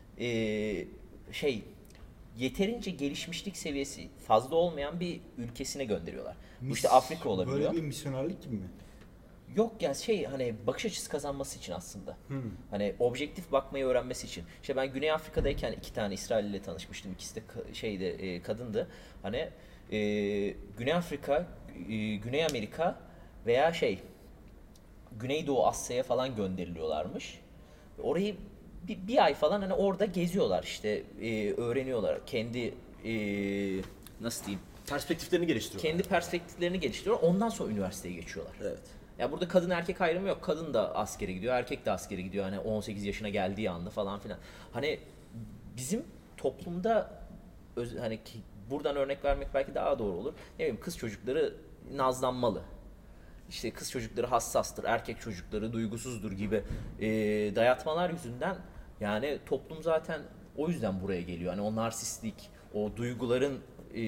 ee, şey yeterince gelişmişlik seviyesi fazla olmayan bir ülkesine gönderiyorlar. Mis, Bu işte Afrika olabiliyor. Böyle bir misyonerlik gibi mi? Yok ya şey hani bakış açısı kazanması için aslında. Hani objektif bakmayı öğrenmesi için. İşte ben Güney Afrika'dayken iki tane İsrail ile tanışmıştım. İkisi de ka- şeydi e, kadındı. Hani e, Güney Afrika, e, Güney Amerika veya şey Güneydoğu Asya'ya falan gönderiliyorlarmış. Orayı bir, bir ay falan hani orada geziyorlar işte e, öğreniyorlar. Kendi e, nasıl diyeyim? Perspektiflerini geliştiriyor. Kendi perspektiflerini geliştiriyorlar. Ondan sonra üniversiteye geçiyorlar. Evet. Ya burada kadın erkek ayrımı yok. Kadın da askere gidiyor, erkek de askere gidiyor. Hani on sekiz yaşına geldiği anda falan filan. Hani bizim toplumda öz- hani ki- buradan örnek vermek belki daha doğru olur. Ne bileyim kız çocukları nazlanmalı. İşte kız çocukları hassastır, erkek çocukları duygusuzdur gibi e, dayatmalar yüzünden yani toplum zaten o yüzden buraya geliyor. Hani o narsistlik, o duyguların e,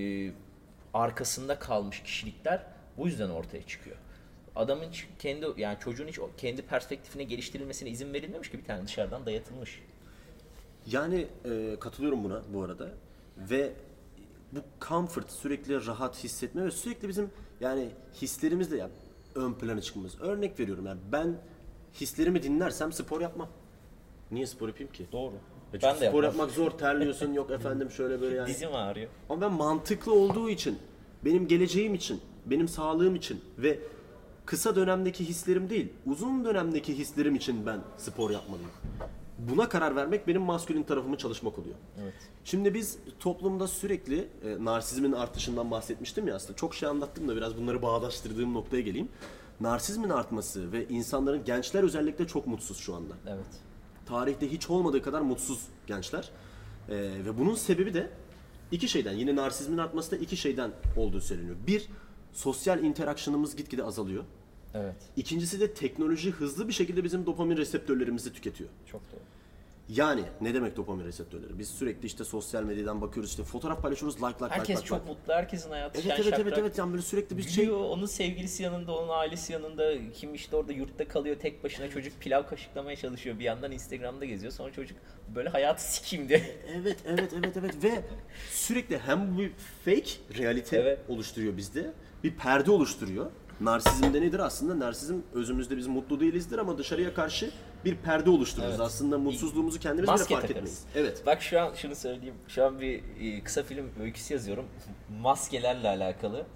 arkasında kalmış kişilikler bu yüzden ortaya çıkıyor. Adamın hiç kendi yani çocuğun hiç o- kendi perspektifine geliştirilmesine izin verilmemiş ki bir tane dışarıdan dayatılmış. Yani e, katılıyorum buna bu arada ve bu comfort, sürekli rahat hissetme ve sürekli bizim yani hislerimizle yani ön plana çıkmamız. Örnek veriyorum yani ben hislerimi dinlersem spor yapmam. Niye spor yapayım ki? Doğru. E Ben çünkü de spor yapmam. yapmak zor, terliyorsun yok efendim şöyle böyle yani. Dizim ağrıyor. Ama ben mantıklı olduğu için, benim geleceğim için, benim sağlığım için ve kısa dönemdeki hislerim değil, uzun dönemdeki hislerim için ben spor yapmalıyım. Buna karar vermek benim maskülin tarafımı çalışmak oluyor. Evet. Şimdi biz toplumda sürekli e, narsizmin artışından bahsetmiştim ya aslında. Çok şey anlattım da biraz bunları bağdaştırdığım noktaya geleyim. Narsizmin artması ve insanların, gençler özellikle çok mutsuz şu anda. Evet. Tarihte hiç olmadığı kadar mutsuz gençler. Ee, ve bunun sebebi de iki şeyden, yine narsizmin artması da iki şeyden olduğu söyleniyor. Bir, sosyal interaction'ımız gitgide azalıyor. Evet. İkincisi de teknoloji hızlı bir şekilde bizim dopamin reseptörlerimizi tüketiyor. Çok doğru. Yani ne demek dopamin reseptörleri? Biz sürekli işte sosyal medyadan bakıyoruz, işte fotoğraf paylaşıyoruz, like like Herkes like like. çok like. mutlu, herkesin hayatı Evet şen evet evet şakrak. evet yani böyle sürekli bir şey. Gülüyor, onun sevgilisi yanında, onun ailesi yanında, kim işte orada yurtta kalıyor tek başına çocuk pilav kaşıklamaya çalışıyor bir yandan Instagram'da geziyor sonra çocuk böyle hayatı sikeyim diyor. Evet, evet, evet, evet ve sürekli hem bu bir fake realite Evet. oluşturuyor bizde, bir perde oluşturuyor. Narsizm de nedir aslında? Narsizm özümüzde biz mutlu değilizdir ama dışarıya karşı bir perde oluştururuz. Evet. Aslında mutsuzluğumuzu kendimiz bile Maske fark takarız. etmeyiz. Evet. Bak şu an şunu söyleyeyim. Şu an bir e, kısa film öyküsü yazıyorum. Maskelerle alakalı.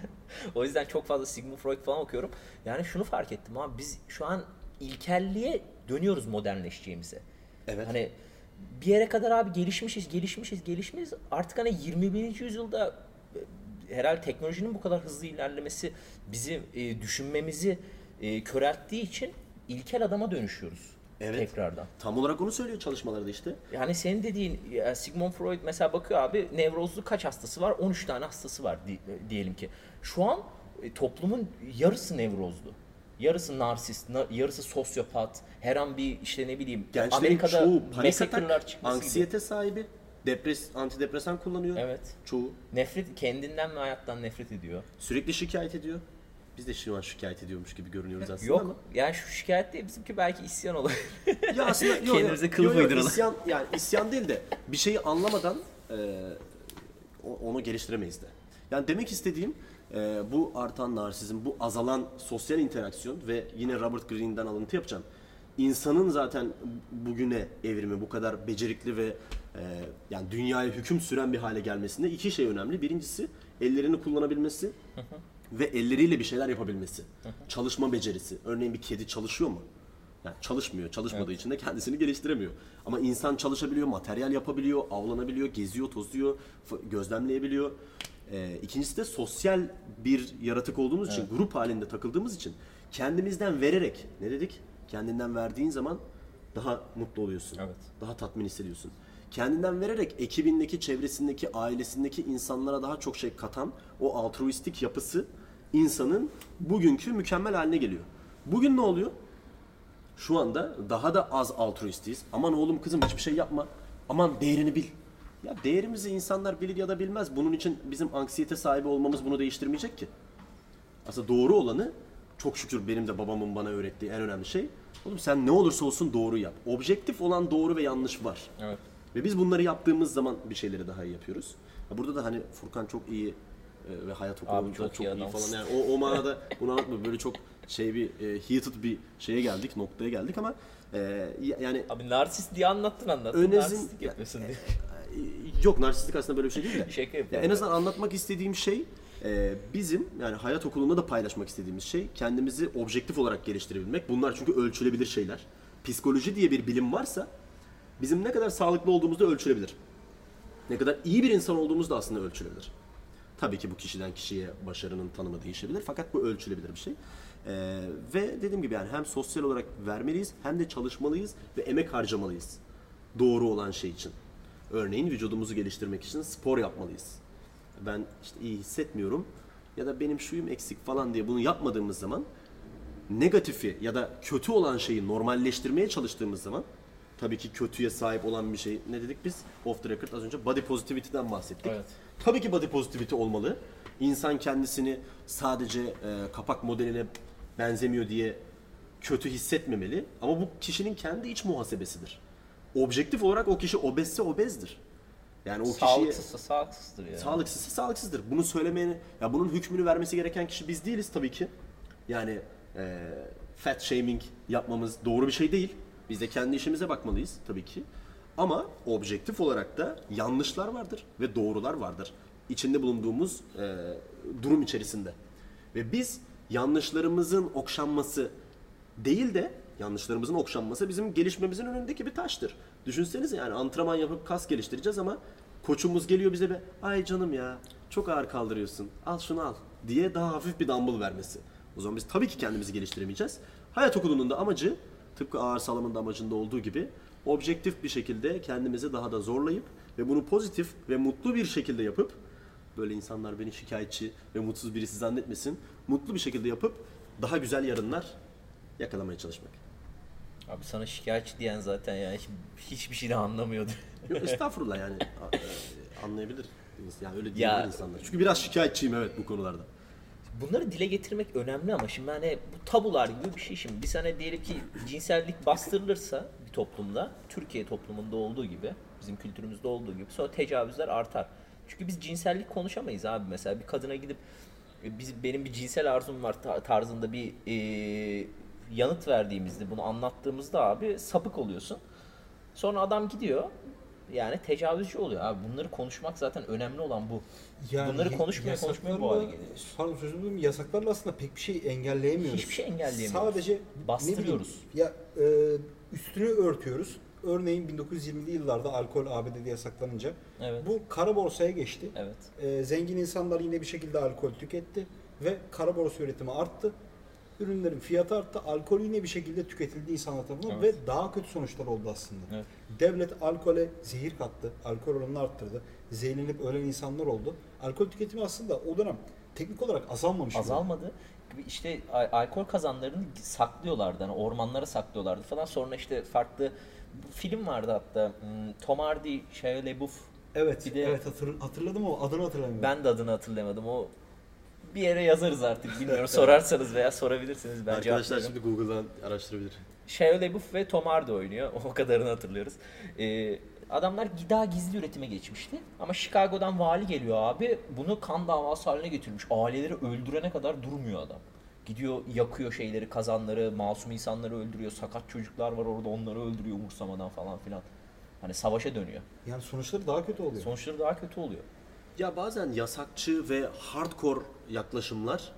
O yüzden çok fazla Sigmund Freud falan okuyorum. Yani şunu fark ettim abi biz şu an ilkelliğe dönüyoruz modernleşeceğimize. Evet. Hani bir yere kadar abi gelişmişiz, gelişmişiz, gelişmişiz. Artık hani yirmi birinci yüzyılda e, herhalde teknolojinin bu kadar hızlı ilerlemesi bizi e, düşünmemizi e, körelttiği için ilkel adama dönüşüyoruz. Evet. Tekrardan. Tam olarak onu söylüyor çalışmalarda işte. Yani senin dediğin ya Sigmund Freud mesela bakıyor abi nevrozlu kaç hastası var? on üç tane hastası var di- diyelim ki. Şu an e, toplumun yarısı nevrozlu. Yarısı narsist, na- yarısı sosyopat. Her an bir işte ne bileyim Gençlerin Amerika'da çoğu panik massacre'lar atak, çıkması gibi. anksiyete sahibi, depres, antidepresan kullanıyor. Evet. Çoğu. Nefret kendinden ve hayattan nefret ediyor. Sürekli şikayet ediyor. Biz de şu an şikayet ediyormuş gibi görünüyoruz aslında ama. Yok yani şu şikayet değil bizimki belki isyan olur. Ya aslında yok, Kendimize yok, kılıf yok, yok, uyduralım. isyan, yani isyan değil de bir şeyi anlamadan e, o- onu geliştiremeyiz de. Yani demek istediğim e, bu artan narsizm, bu azalan sosyal interaksiyon ve yine Robert Greene'den alıntı yapacağım. İnsanın zaten bugüne evrimi bu kadar becerikli ve e, yani dünyaya hüküm süren bir hale gelmesinde iki şey önemli. Birincisi ellerini kullanabilmesi ve elleriyle bir şeyler yapabilmesi. Çalışma becerisi. Örneğin bir kedi çalışıyor mu? Yani çalışmıyor. Çalışmadığı için de kendisini geliştiremiyor. Ama insan çalışabiliyor, materyal yapabiliyor, avlanabiliyor, geziyor, tozuyor, f- gözlemleyebiliyor. Ee, ikincisi de sosyal bir yaratık olduğumuz için, grup halinde takıldığımız için kendimizden vererek, ne dedik? Kendinden verdiğin zaman daha mutlu oluyorsun. Evet. Daha tatmin hissediyorsun. Kendinden vererek ekibindeki, çevresindeki, ailesindeki insanlara daha çok şey katan o altruistik yapısı insanın bugünkü mükemmel haline geliyor. Bugün ne oluyor? Şu anda daha da az altruistiyiz. Aman oğlum kızım hiçbir şey yapma. Aman değerini bil. Ya değerimizi insanlar bilir ya da bilmez. Bunun için bizim anksiyete sahibi olmamız bunu değiştirmeyecek ki. Aslında doğru olanı, çok şükür benim de babamın bana öğrettiği en önemli şey. Oğlum sen ne olursa olsun doğru yap. Objektif olan doğru ve yanlış var. Evet. Ve biz bunları yaptığımız zaman bir şeyleri daha iyi yapıyoruz. Ya burada da hani Furkan çok iyi e, e, ve hayat okulunda çok çok, iyi iyi adamsın. falan. Yani o, o manada bunu anlatma böyle çok şey bir e, heated bir şeye geldik, noktaya geldik ama e, ya- yani Abi narsist diye anlattın anlattın. Önezin- Narsistlik yapıyorsun diye. yok narsistik aslında böyle bir şey değil de. Şaka Ya yapıyorum. en azından anlatmak istediğim şey e, bizim yani hayat okulunda da paylaşmak istediğimiz şey kendimizi objektif olarak geliştirebilmek. Bunlar çünkü ölçülebilir şeyler. Psikoloji diye bir bilim varsa bizim ne kadar sağlıklı olduğumuz da ölçülebilir. Ne kadar iyi bir insan olduğumuz da aslında ölçülebilir. Tabii ki bu kişiden kişiye başarının tanımı değişebilir fakat bu ölçülebilir bir şey. Ee, ve dediğim gibi yani hem sosyal olarak vermeliyiz hem de çalışmalıyız ve emek harcamalıyız. Doğru olan şey için. Örneğin vücudumuzu geliştirmek için spor yapmalıyız. Ben işte iyi hissetmiyorum ya da benim şuyum eksik falan diye bunu yapmadığımız zaman negatifi ya da kötü olan şeyi normalleştirmeye çalıştığımız zaman tabii ki kötüye sahip olan bir şey ne dedik biz? Off the record az önce body positivity'den bahsettik. Evet. Tabii ki body positivity olmalı. İnsan kendisini sadece e, kapak modeline benzemiyor diye kötü hissetmemeli. Ama bu kişinin kendi iç muhasebesidir. Objektif olarak o kişi obezse obezdir. Yani o kişiye Sağlıksızsa sağlıksızdır ya. sağlıksızsa sağlıksızdır. Bunu söylemeyeni, ya bunun hükmünü vermesi gereken kişi biz değiliz tabii ki. Yani e, fat shaming yapmamız doğru bir şey değil. Biz de kendi işimize bakmalıyız tabii ki. Ama objektif olarak da yanlışlar vardır ve doğrular vardır. İçinde bulunduğumuz e, durum içerisinde. Ve biz yanlışlarımızın okşanması değil de yanlışlarımızın okşanması bizim gelişmemizin önündeki bir taştır. Düşünsenize yani antrenman yapıp kas geliştireceğiz ama koçumuz geliyor bize be ay canım ya çok ağır kaldırıyorsun al şunu al diye daha hafif bir dumbbell vermesi. O zaman biz tabii ki kendimizi geliştiremeyeceğiz. Hayat okulunun da amacı tıpkı ağır sağlamın da amacında olduğu gibi objektif bir şekilde kendimizi daha da zorlayıp ve bunu pozitif ve mutlu bir şekilde yapıp böyle insanlar beni şikayetçi ve mutsuz birisi zannetmesin. Mutlu bir şekilde yapıp daha güzel yarınlar yakalamaya çalışmak. Abi sana şikayetçi diyen zaten ya hiç, hiçbir şey de anlamıyordu. Yok estağfurullah yani a- e, anlayabilir. Yani öyle Ya- diyebilir insanlar. Çünkü biraz şikayetçiyim evet bu konularda. Bunları dile getirmek önemli ama şimdi hani bu tabular gibi bir şey şimdi. Bir sene diyelim ki cinsellik bastırılırsa bir toplumda, Türkiye toplumunda olduğu gibi, bizim kültürümüzde olduğu gibi sonra tecavüzler artar. Çünkü biz cinsellik konuşamayız abi mesela bir kadına gidip e, biz benim bir cinsel arzum var ta- tarzında bir e, yanıt verdiğimizde bunu anlattığımızda abi sapık oluyorsun. Sonra adam gidiyor yani tecavüzcü oluyor abi. Bunları konuşmak zaten önemli olan bu. Bunları konuşmaya konuşmaya bu hale geliyoruz. Pardon sözünü bölüyorum. Yasaklarla aslında pek bir şey engelleyemiyoruz. Hiçbir şey engelleyemiyoruz. Sadece Bastırıyoruz. ne bileyim, ya e, üstünü örtüyoruz. Örneğin bin dokuz yüz yirmili yıllarda alkol A B D'de yasaklanınca Evet. bu kara borsaya geçti. Evet. E, zengin insanlar yine bir şekilde alkol tüketti ve kara borsa üretimi arttı. Ürünlerin fiyatı arttı. Alkol yine bir şekilde tüketildi insanlar tarafından Evet. ve daha kötü sonuçlar oldu aslında. Evet. Devlet alkole zehir kattı. Alkol oranını arttırdı. Zehirlenip ölen insanlar oldu. Alkol tüketimi aslında o dönem teknik olarak azalmamış. bile. Azalmadı. İşte al- alkol kazanlarını saklıyorlardı. Hani ormanlara saklıyorlardı falan. Sonra işte farklı bu film vardı hatta. hmm, Tom Hardy, Shia LaBeouf. Evet, Bir de- evet hatır- hatırladım ama adını hatırlamıyorum. Ben de adını hatırlamadım. O bir yere yazarız artık bilmiyorum. Sorarsanız veya sorabilirsiniz. Ben cevap Arkadaşlar veririm. şimdi Google'dan araştırabilir. Shia LaBeouf ve Tom Hardy oynuyor. O kadarını hatırlıyoruz. Ee, adamlar daha gizli üretime geçmişti. Ama Chicago'dan vali geliyor abi. Bunu kan davası haline getirmiş. Aileleri öldürene kadar durmuyor adam. Gidiyor yakıyor şeyleri, kazanları, masum insanları öldürüyor. Sakat çocuklar var orada onları öldürüyor umursamadan falan filan. Hani savaşa dönüyor. Yani sonuçları daha kötü oluyor. Sonuçları daha kötü oluyor. Ya bazen yasakçı ve hardcore yaklaşımlar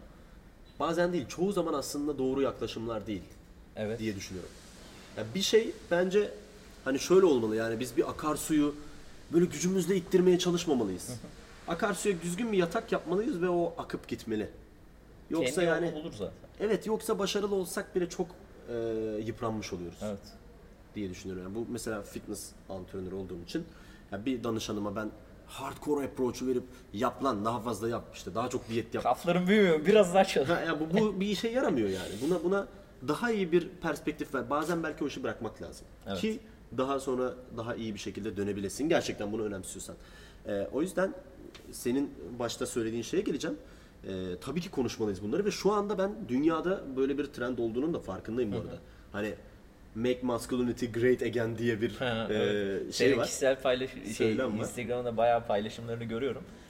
bazen değil çoğu zaman aslında doğru yaklaşımlar değil Evet. diye düşünüyorum. Ya bir şey bence hani şöyle olmalı yani biz bir akarsuyu böyle gücümüzle ittirmeye çalışmamalıyız. Akarsuya düzgün bir yatak yapmalıyız ve o akıp gitmeli. Yoksa Kendi yani yolunu bulur zaten. evet yoksa başarılı olsak bile çok e, yıpranmış oluyoruz Evet. diye düşünüyorum. Yani bu mesela fitness antrenörü olduğum için ya bir danışanıma ben hardcore approach'u verip yap lan daha fazla yap işte daha çok diyet yap. Kaflarım büyümüyor. Biraz daha çalış. Ha, ya bu, bu bir işe yaramıyor yani. Buna buna daha iyi bir perspektif ver. Bazen belki o işi bırakmak lazım. Evet. Ki daha sonra daha iyi bir şekilde dönebilesin. Gerçekten bunu önemsiyorsan. Ee, o yüzden senin başta söylediğin şeye geleceğim. Ee, tabii ki konuşmalıyız bunları ve şu anda ben dünyada böyle bir trend olduğunun da farkındayım bu arada. Hani Make Masculinity Great Again diye bir Ha, e, evet. şey Senin var. kişisel paylaş şey, Söylem var. Instagram'da bayağı paylaşımlarını görüyorum.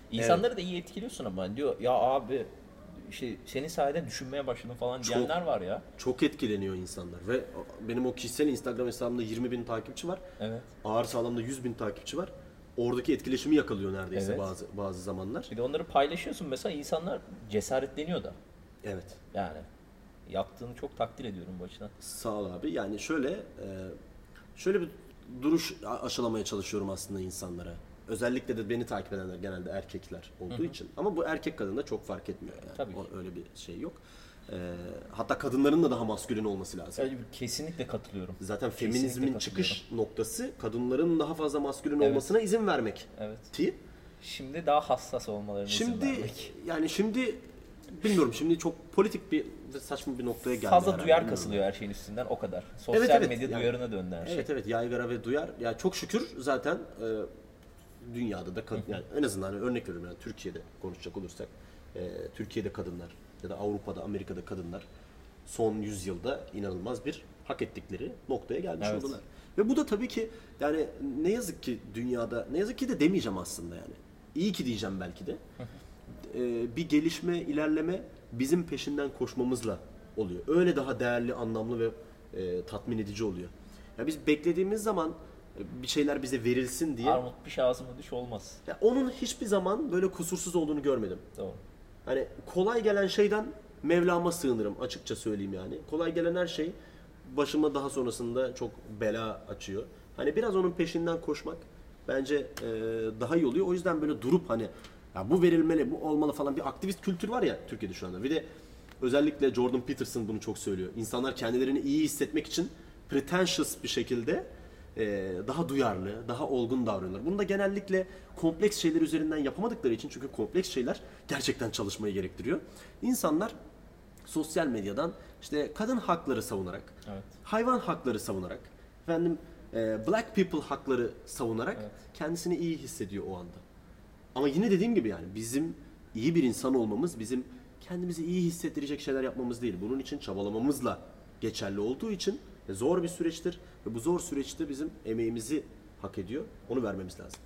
İnsanları da iyi etkiliyorsun ama diyor ya abi işte senin sayede düşünmeye başladım falan Çok. diyenler var ya. Çok etkileniyor insanlar ve benim o kişisel Instagram hesabımda yirmi bin takipçi var. Evet. Ağır sağlamda yüz bin takipçi var. Oradaki etkileşimi yakalıyor neredeyse Evet. bazı bazı zamanlar. Bir de onları paylaşıyorsun mesela insanlar cesaretleniyor da. Evet. Yani yaptığını çok takdir ediyorum bu açıdan. Sağ ol abi. Yani şöyle e, şöyle bir duruş a- aşılamaya çalışıyorum aslında insanlara. Özellikle de beni takip edenler genelde erkekler olduğu için. Ama bu erkek kadın da çok fark etmiyor yani. Tabii O- ki. öyle bir şey yok. E, hatta kadınların da daha maskülen olması lazım. Öyle bir- Kesinlikle katılıyorum. Zaten Kesinlikle feminizmin katılıyorum. çıkış noktası kadınların daha fazla maskülen Evet. olmasına izin vermek. Evet. Ti. Şimdi daha hassas olmalarını izin Şimdi vermek. yani şimdi bilmiyorum şimdi çok politik bir ve saçma bir noktaya geldi. Fazla herhalde, duyar bilmiyorum. kasılıyor her şeyin üstünden o kadar. Sosyal Evet, evet. medya Yani- duyarına döndü her şey. Evet evet yaygara ve duyar. Ya çok şükür zaten e, dünyada da kad- yani en azından hani örnek veriyorum yani Türkiye'de konuşacak olursak e, Türkiye'de kadınlar ya da Avrupa'da Amerika'da kadınlar son yüzyılda inanılmaz bir hak ettikleri noktaya gelmiş Evet. oldular. Ve bu da tabii ki yani ne yazık ki dünyada ne yazık ki de demeyeceğim aslında yani. İyi ki diyeceğim belki de. E, bir gelişme, ilerleme bizim peşinden koşmamızla oluyor. Öyle daha değerli, anlamlı ve e, tatmin edici oluyor. Ya biz beklediğimiz zaman e, bir şeyler bize verilsin diye Armut piş ağzıma düş olmaz. ya onun hiçbir zaman böyle kusursuz olduğunu görmedim. Doğru. Hani kolay gelen şeyden Mevlam'a sığınırım açıkça söyleyeyim yani. Kolay gelen her şey başıma daha sonrasında çok bela açıyor. Hani biraz onun peşinden koşmak bence e, daha iyi oluyor. O yüzden böyle durup hani ya bu verilmeli, bu olmalı falan bir aktivist kültür var ya Türkiye'de şu anda. Bir de özellikle Jordan Peterson bunu çok söylüyor. İnsanlar kendilerini iyi hissetmek için pretentious bir şekilde e, daha duyarlı, daha olgun davranıyorlar. Bunu da genellikle kompleks şeyler üzerinden yapamadıkları için çünkü kompleks şeyler gerçekten çalışmayı gerektiriyor. İnsanlar sosyal medyadan işte kadın hakları savunarak, Evet. hayvan hakları savunarak, efendim e, black people hakları savunarak Evet. kendisini iyi hissediyor o anda. Ama yine dediğim gibi yani bizim iyi bir insan olmamız, bizim kendimizi iyi hissettirecek şeyler yapmamız değil. Bunun için çabalamamızla geçerli olduğu için zor bir süreçtir ve bu zor süreçte bizim emeğimizi hak ediyor. Onu vermemiz lazım.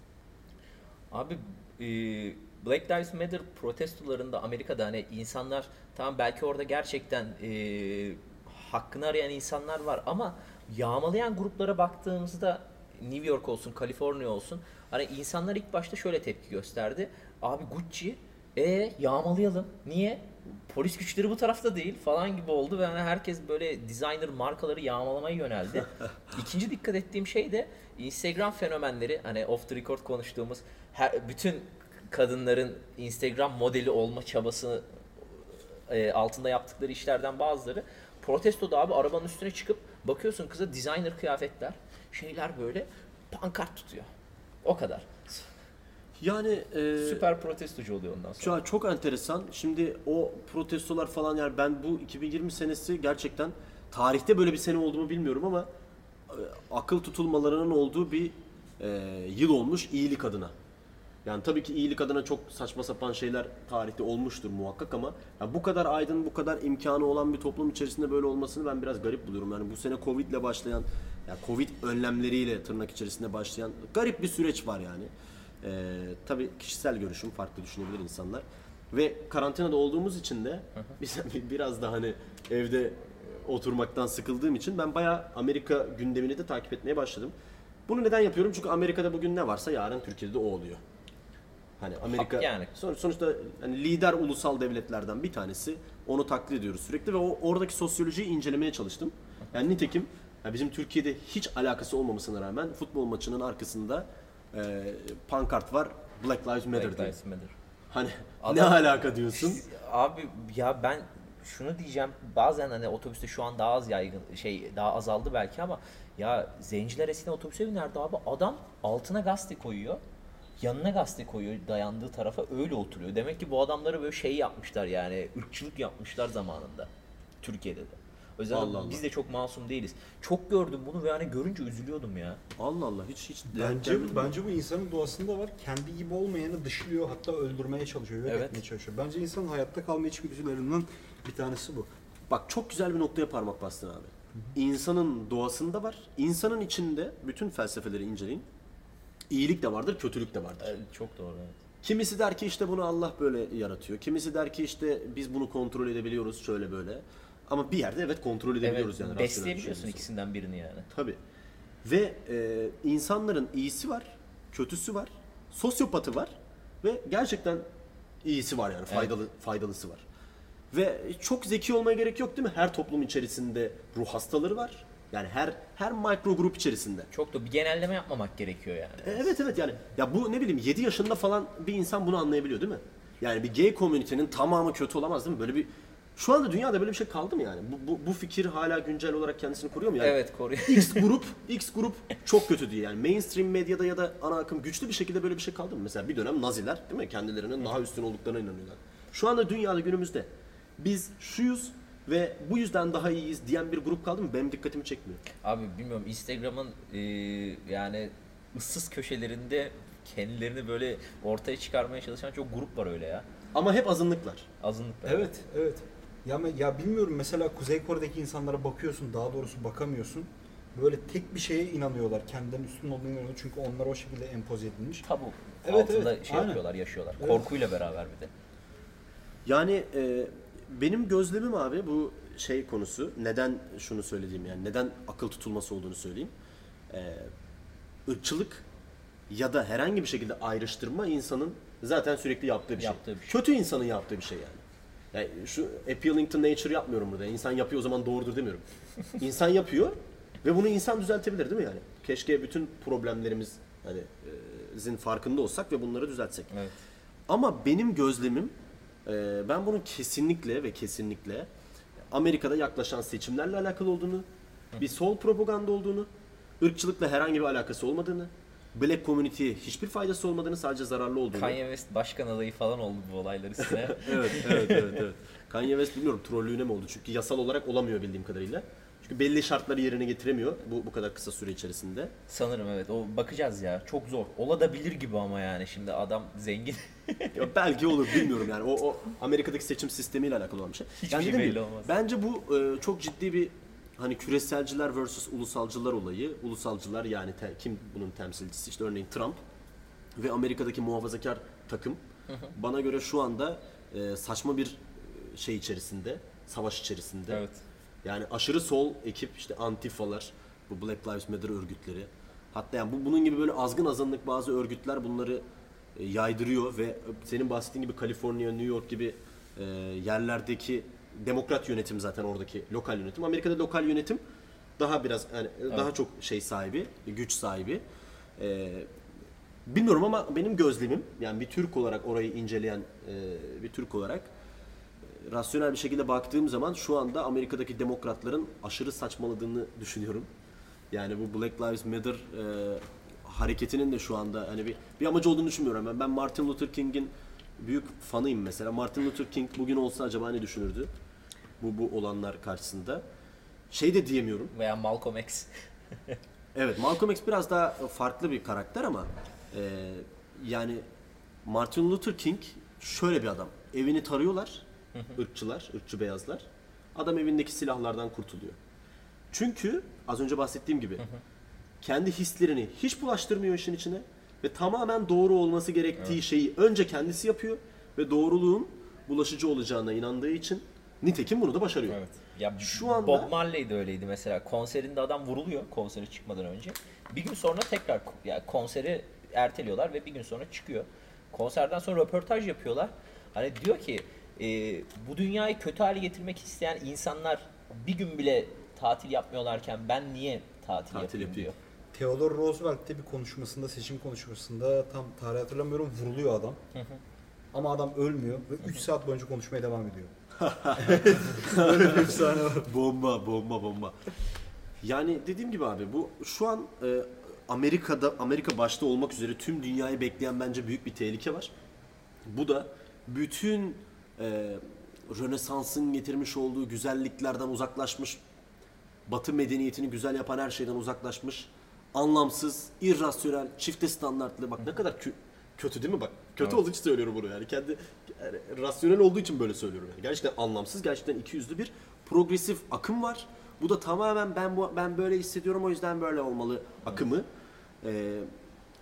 Abi e, Black Lives Matter protestolarında Amerika'da hani insanlar tamam belki orada gerçekten e, hakkını arayan insanlar var ama yağmalayan gruplara baktığımızda New York olsun, Kaliforniya olsun hani insanlar ilk başta şöyle tepki gösterdi. Abi Gucci e yağmalayalım. Niye? Polis güçleri bu tarafta değil falan gibi oldu ve hani herkes böyle designer markaları yağmalamaya yöneldi. İkinci dikkat ettiğim şey de Instagram fenomenleri hani off the record konuştuğumuz her, bütün kadınların Instagram modeli olma çabası e, altında yaptıkları işlerden bazıları protestoda abi arabanın üstüne çıkıp bakıyorsun kıza designer kıyafetler şeyler böyle pankart tutuyor. O kadar. Yani e, Süper protestocu oluyor ondan sonra. Şu an çok enteresan. Şimdi o protestolar falan yani ben bu iki bin yirmi senesi gerçekten tarihte böyle bir sene olduğumu bilmiyorum ama e, akıl tutulmalarının olduğu bir e, yıl olmuş iyilik adına. Yani tabii ki iyilik adına çok saçma sapan şeyler tarihte olmuştur muhakkak ama ya bu kadar aydın, bu kadar imkanı olan bir toplum içerisinde böyle olmasını ben biraz garip buluyorum. Yani bu sene Covid ile başlayan, ya Covid önlemleriyle tırnak içerisinde başlayan garip bir süreç var yani. Ee, tabii kişisel görüşüm farklı düşünebilir insanlar ve karantinada olduğumuz için de biz biraz da hani evde oturmaktan sıkıldığım için ben bayağı Amerika gündemini de takip etmeye başladım. Bunu neden yapıyorum? Çünkü Amerika'da bugün ne varsa yarın Türkiye'de de o oluyor. Hani Amerika yani. son- sonuçta hani lider ulusal devletlerden bir tanesi. Onu taklit ediyoruz sürekli ve o oradaki sosyolojiyi incelemeye çalıştım. Yani nitekim ya bizim Türkiye'de hiç alakası olmamasına rağmen futbol maçının arkasında e, pankart var Black Lives Matter Black diye. Lives Matter. Hani Adam- ne alaka diyorsun? Abi ya ben şunu diyeceğim bazen hani otobüste şu an daha az yaygın şey daha azaldı belki ama ya zenciler eskiden otobüse binerdi abi adam altına gazete koyuyor yanına gazete koyuyor dayandığı tarafa öyle oturuyor. Demek ki bu adamları böyle şey yapmışlar yani ırkçılık yapmışlar zamanında Türkiye'de de. Özellikle Allah Allah. biz de çok masum değiliz. Çok gördüm bunu ve hani görünce üzülüyordum ya. Allah Allah hiç hiç Bence, bence bu insanın doğasında var. Kendi gibi olmayanı dışlıyor, hatta öldürmeye çalışıyor, yok Evet. etmeye çalışıyor. Bence insanın hayatta kalma içgüdülerinden bir tanesi bu. Bak çok güzel bir noktaya parmak bastın abi. İnsanın doğasında var. İnsanın içinde bütün felsefeleri inceleyin. İyilik de vardır, kötülük de vardır. Evet, çok doğru. Evet. Kimisi der ki işte bunu Allah böyle yaratıyor. Kimisi der ki işte biz bunu kontrol edebiliyoruz şöyle böyle. Ama bir yerde evet kontrol edebiliyoruz Evet, yani. besleyebiliyorsun ikisinden birini yani. Tabii. Ve e, insanların iyisi var, kötüsü var, sosyopatı var ve gerçekten iyisi var yani faydalı evet. faydalısı var. Ve çok zeki olmaya gerek yok değil mi? Her toplum içerisinde ruh hastaları var. Yani her her mikro grup içerisinde. Çok da bir genelleme yapmamak gerekiyor yani. Evet evet yani ya bu ne bileyim yedi yaşında falan bir insan bunu anlayabiliyor değil mi? Yani bir gay komünitenin tamamı kötü olamaz değil mi? Böyle bir şu anda dünyada böyle bir şey kaldı mı yani? Bu, bu, bu fikir hala güncel olarak kendisini koruyor mu yani? Evet koruyor. X grup, X grup çok kötü diye yani mainstream medyada ya da ana akım güçlü bir şekilde böyle bir şey kaldı mı? Mesela bir dönem Naziler değil mi? Kendilerinin daha üstün olduklarına inanıyorlar. Şu anda dünyada günümüzde biz şuyuz ve bu yüzden daha iyiyiz diyen bir grup kaldı mı? Benim dikkatimi çekmiyor. Abi bilmiyorum Instagram'ın e, yani ıssız köşelerinde kendilerini böyle ortaya çıkarmaya çalışan çok grup var öyle ya. Ama hep azınlıklar. Azınlıklar. Evet, evet. Ya, ya bilmiyorum mesela Kuzey Kore'deki insanlara bakıyorsun, daha doğrusu bakamıyorsun. Böyle tek bir şeye inanıyorlar. Kendilerinin üstün olduğunu inanıyorlar çünkü onlar o şekilde empoze edilmiş. Tabu Evet, altında evet, şey aynen. yapıyorlar, yaşıyorlar. Evet. Korkuyla beraber bir de. Yani e, benim gözlemim abi bu şey konusu. Neden şunu söylediğim yani neden akıl tutulması olduğunu söyleyeyim. E, ırkçılık ya da herhangi bir şekilde ayrıştırma insanın zaten sürekli yaptığı bir şey. Yaptığı bir şey. Kötü insanın yaptığı bir şey yani. Yani şu appealing to nature yapmıyorum burada. İnsan yapıyor o zaman doğrudur demiyorum. İnsan yapıyor ve bunu insan düzeltebilir değil mi yani? Keşke bütün problemlerimiz hani e, zin farkında olsak ve bunları düzeltsek. Evet. Ama benim gözlemim e, ben bunun kesinlikle ve kesinlikle Amerika'da yaklaşan seçimlerle alakalı olduğunu, bir sol propaganda olduğunu, ırkçılıkla herhangi bir alakası olmadığını, Black community'ye hiçbir faydası olmadığını, sadece zararlı olduğunu. Kanye West başkan adayı falan oldu bu olaylar üstüne. evet, evet, evet, evet. Kanye West bilmiyorum trollüğüne mi oldu? Çünkü yasal olarak olamıyor bildiğim kadarıyla. Çünkü belli şartları yerine getiremiyor bu bu kadar kısa süre içerisinde. Sanırım evet. O bakacağız ya. Çok zor. Olabilir gibi ama yani şimdi adam zengin. Ya belki olur bilmiyorum yani. O, o Amerika'daki seçim sistemiyle alakalı olan bir şey. Hiçbir Yani şey dediğim belli gibi, olmaz. Bence bu e, çok ciddi bir hani küreselciler versus ulusalcılar olayı. Ulusalcılar yani te, kim bunun temsilcisi? İşte örneğin Trump ve Amerika'daki muhafazakar takım. Hı hı. Bana göre şu anda e, saçma bir şey içerisinde, savaş içerisinde. Evet. Yani aşırı sol ekip işte Antifalar, bu Black Lives Matter örgütleri. Hatta yani bu bunun gibi böyle azgın azınlık bazı örgütler bunları e, yaydırıyor ve senin bahsettiğin gibi Kaliforniya, New York gibi e, yerlerdeki demokrat yönetim zaten oradaki lokal yönetim. Amerika'da lokal yönetim daha biraz yani evet. daha çok şey sahibi, güç sahibi. E, bilmiyorum ama benim gözlemim yani bir Türk olarak orayı inceleyen e, bir Türk olarak rasyonel bir şekilde baktığım zaman şu anda Amerika'daki demokratların aşırı saçmaladığını düşünüyorum. Yani bu Black Lives Matter e, hareketinin de şu anda hani bir bir amacı olduğunu düşünmüyorum. Ben, ben Martin Luther King'in büyük fanıyım mesela. Martin Luther King bugün olsa acaba ne düşünürdü? Bu bu olanlar karşısında. Şey de diyemiyorum. Veya Malcolm X. Evet, Malcolm X biraz daha farklı bir karakter ama e, yani Martin Luther King şöyle bir adam. Evini tarıyorlar. Irkçılar, ırkçı beyazlar. Adam evindeki silahlardan kurtuluyor. Çünkü az önce bahsettiğim gibi kendi hislerini hiç bulaştırmıyor işin içine ve tamamen doğru olması gerektiği evet. şeyi önce kendisi yapıyor ve doğruluğun bulaşıcı olacağına inandığı için nitekim bunu da başarıyor. Evet. Ya şu anda Bob Marley de öyleydi mesela. Konserinde adam vuruluyor konsere çıkmadan önce. Bir gün sonra tekrar yani konseri erteliyorlar ve bir gün sonra çıkıyor. Konserden sonra röportaj yapıyorlar. Hani diyor ki e, bu dünyayı kötü hale getirmek isteyen insanlar bir gün bile tatil yapmıyorlarken ben niye tatil, tatil yapayım yapayım diyor. Theodore Roosevelt'te bir konuşmasında, seçim konuşmasında tam tarih hatırlamıyorum vuruluyor adam. Hı hı. Ama adam ölmüyor ve üç saat boyunca konuşmaya devam ediyor. Böyle bir efsane var. Bomba, bomba, bomba. Yani dediğim gibi abi bu şu an e, Amerika'da Amerika başta olmak üzere tüm dünyayı bekleyen bence büyük bir tehlike var. Bu da bütün e, Rönesans'ın getirmiş olduğu güzelliklerden uzaklaşmış, Batı medeniyetini güzel yapan her şeyden uzaklaşmış, anlamsız, irrasyonel, çifte standartlı. Bak ne kadar kö- kötü değil mi bak? Kötü evet. olduğu için söylüyorum bunu yani. Kendi yani, rasyonel olduğu için böyle söylüyorum yani. Gerçekten anlamsız, gerçekten ikiyüzlü bir progresif akım var. Bu da tamamen ben bu ben böyle hissediyorum o yüzden böyle olmalı akımı. Ee,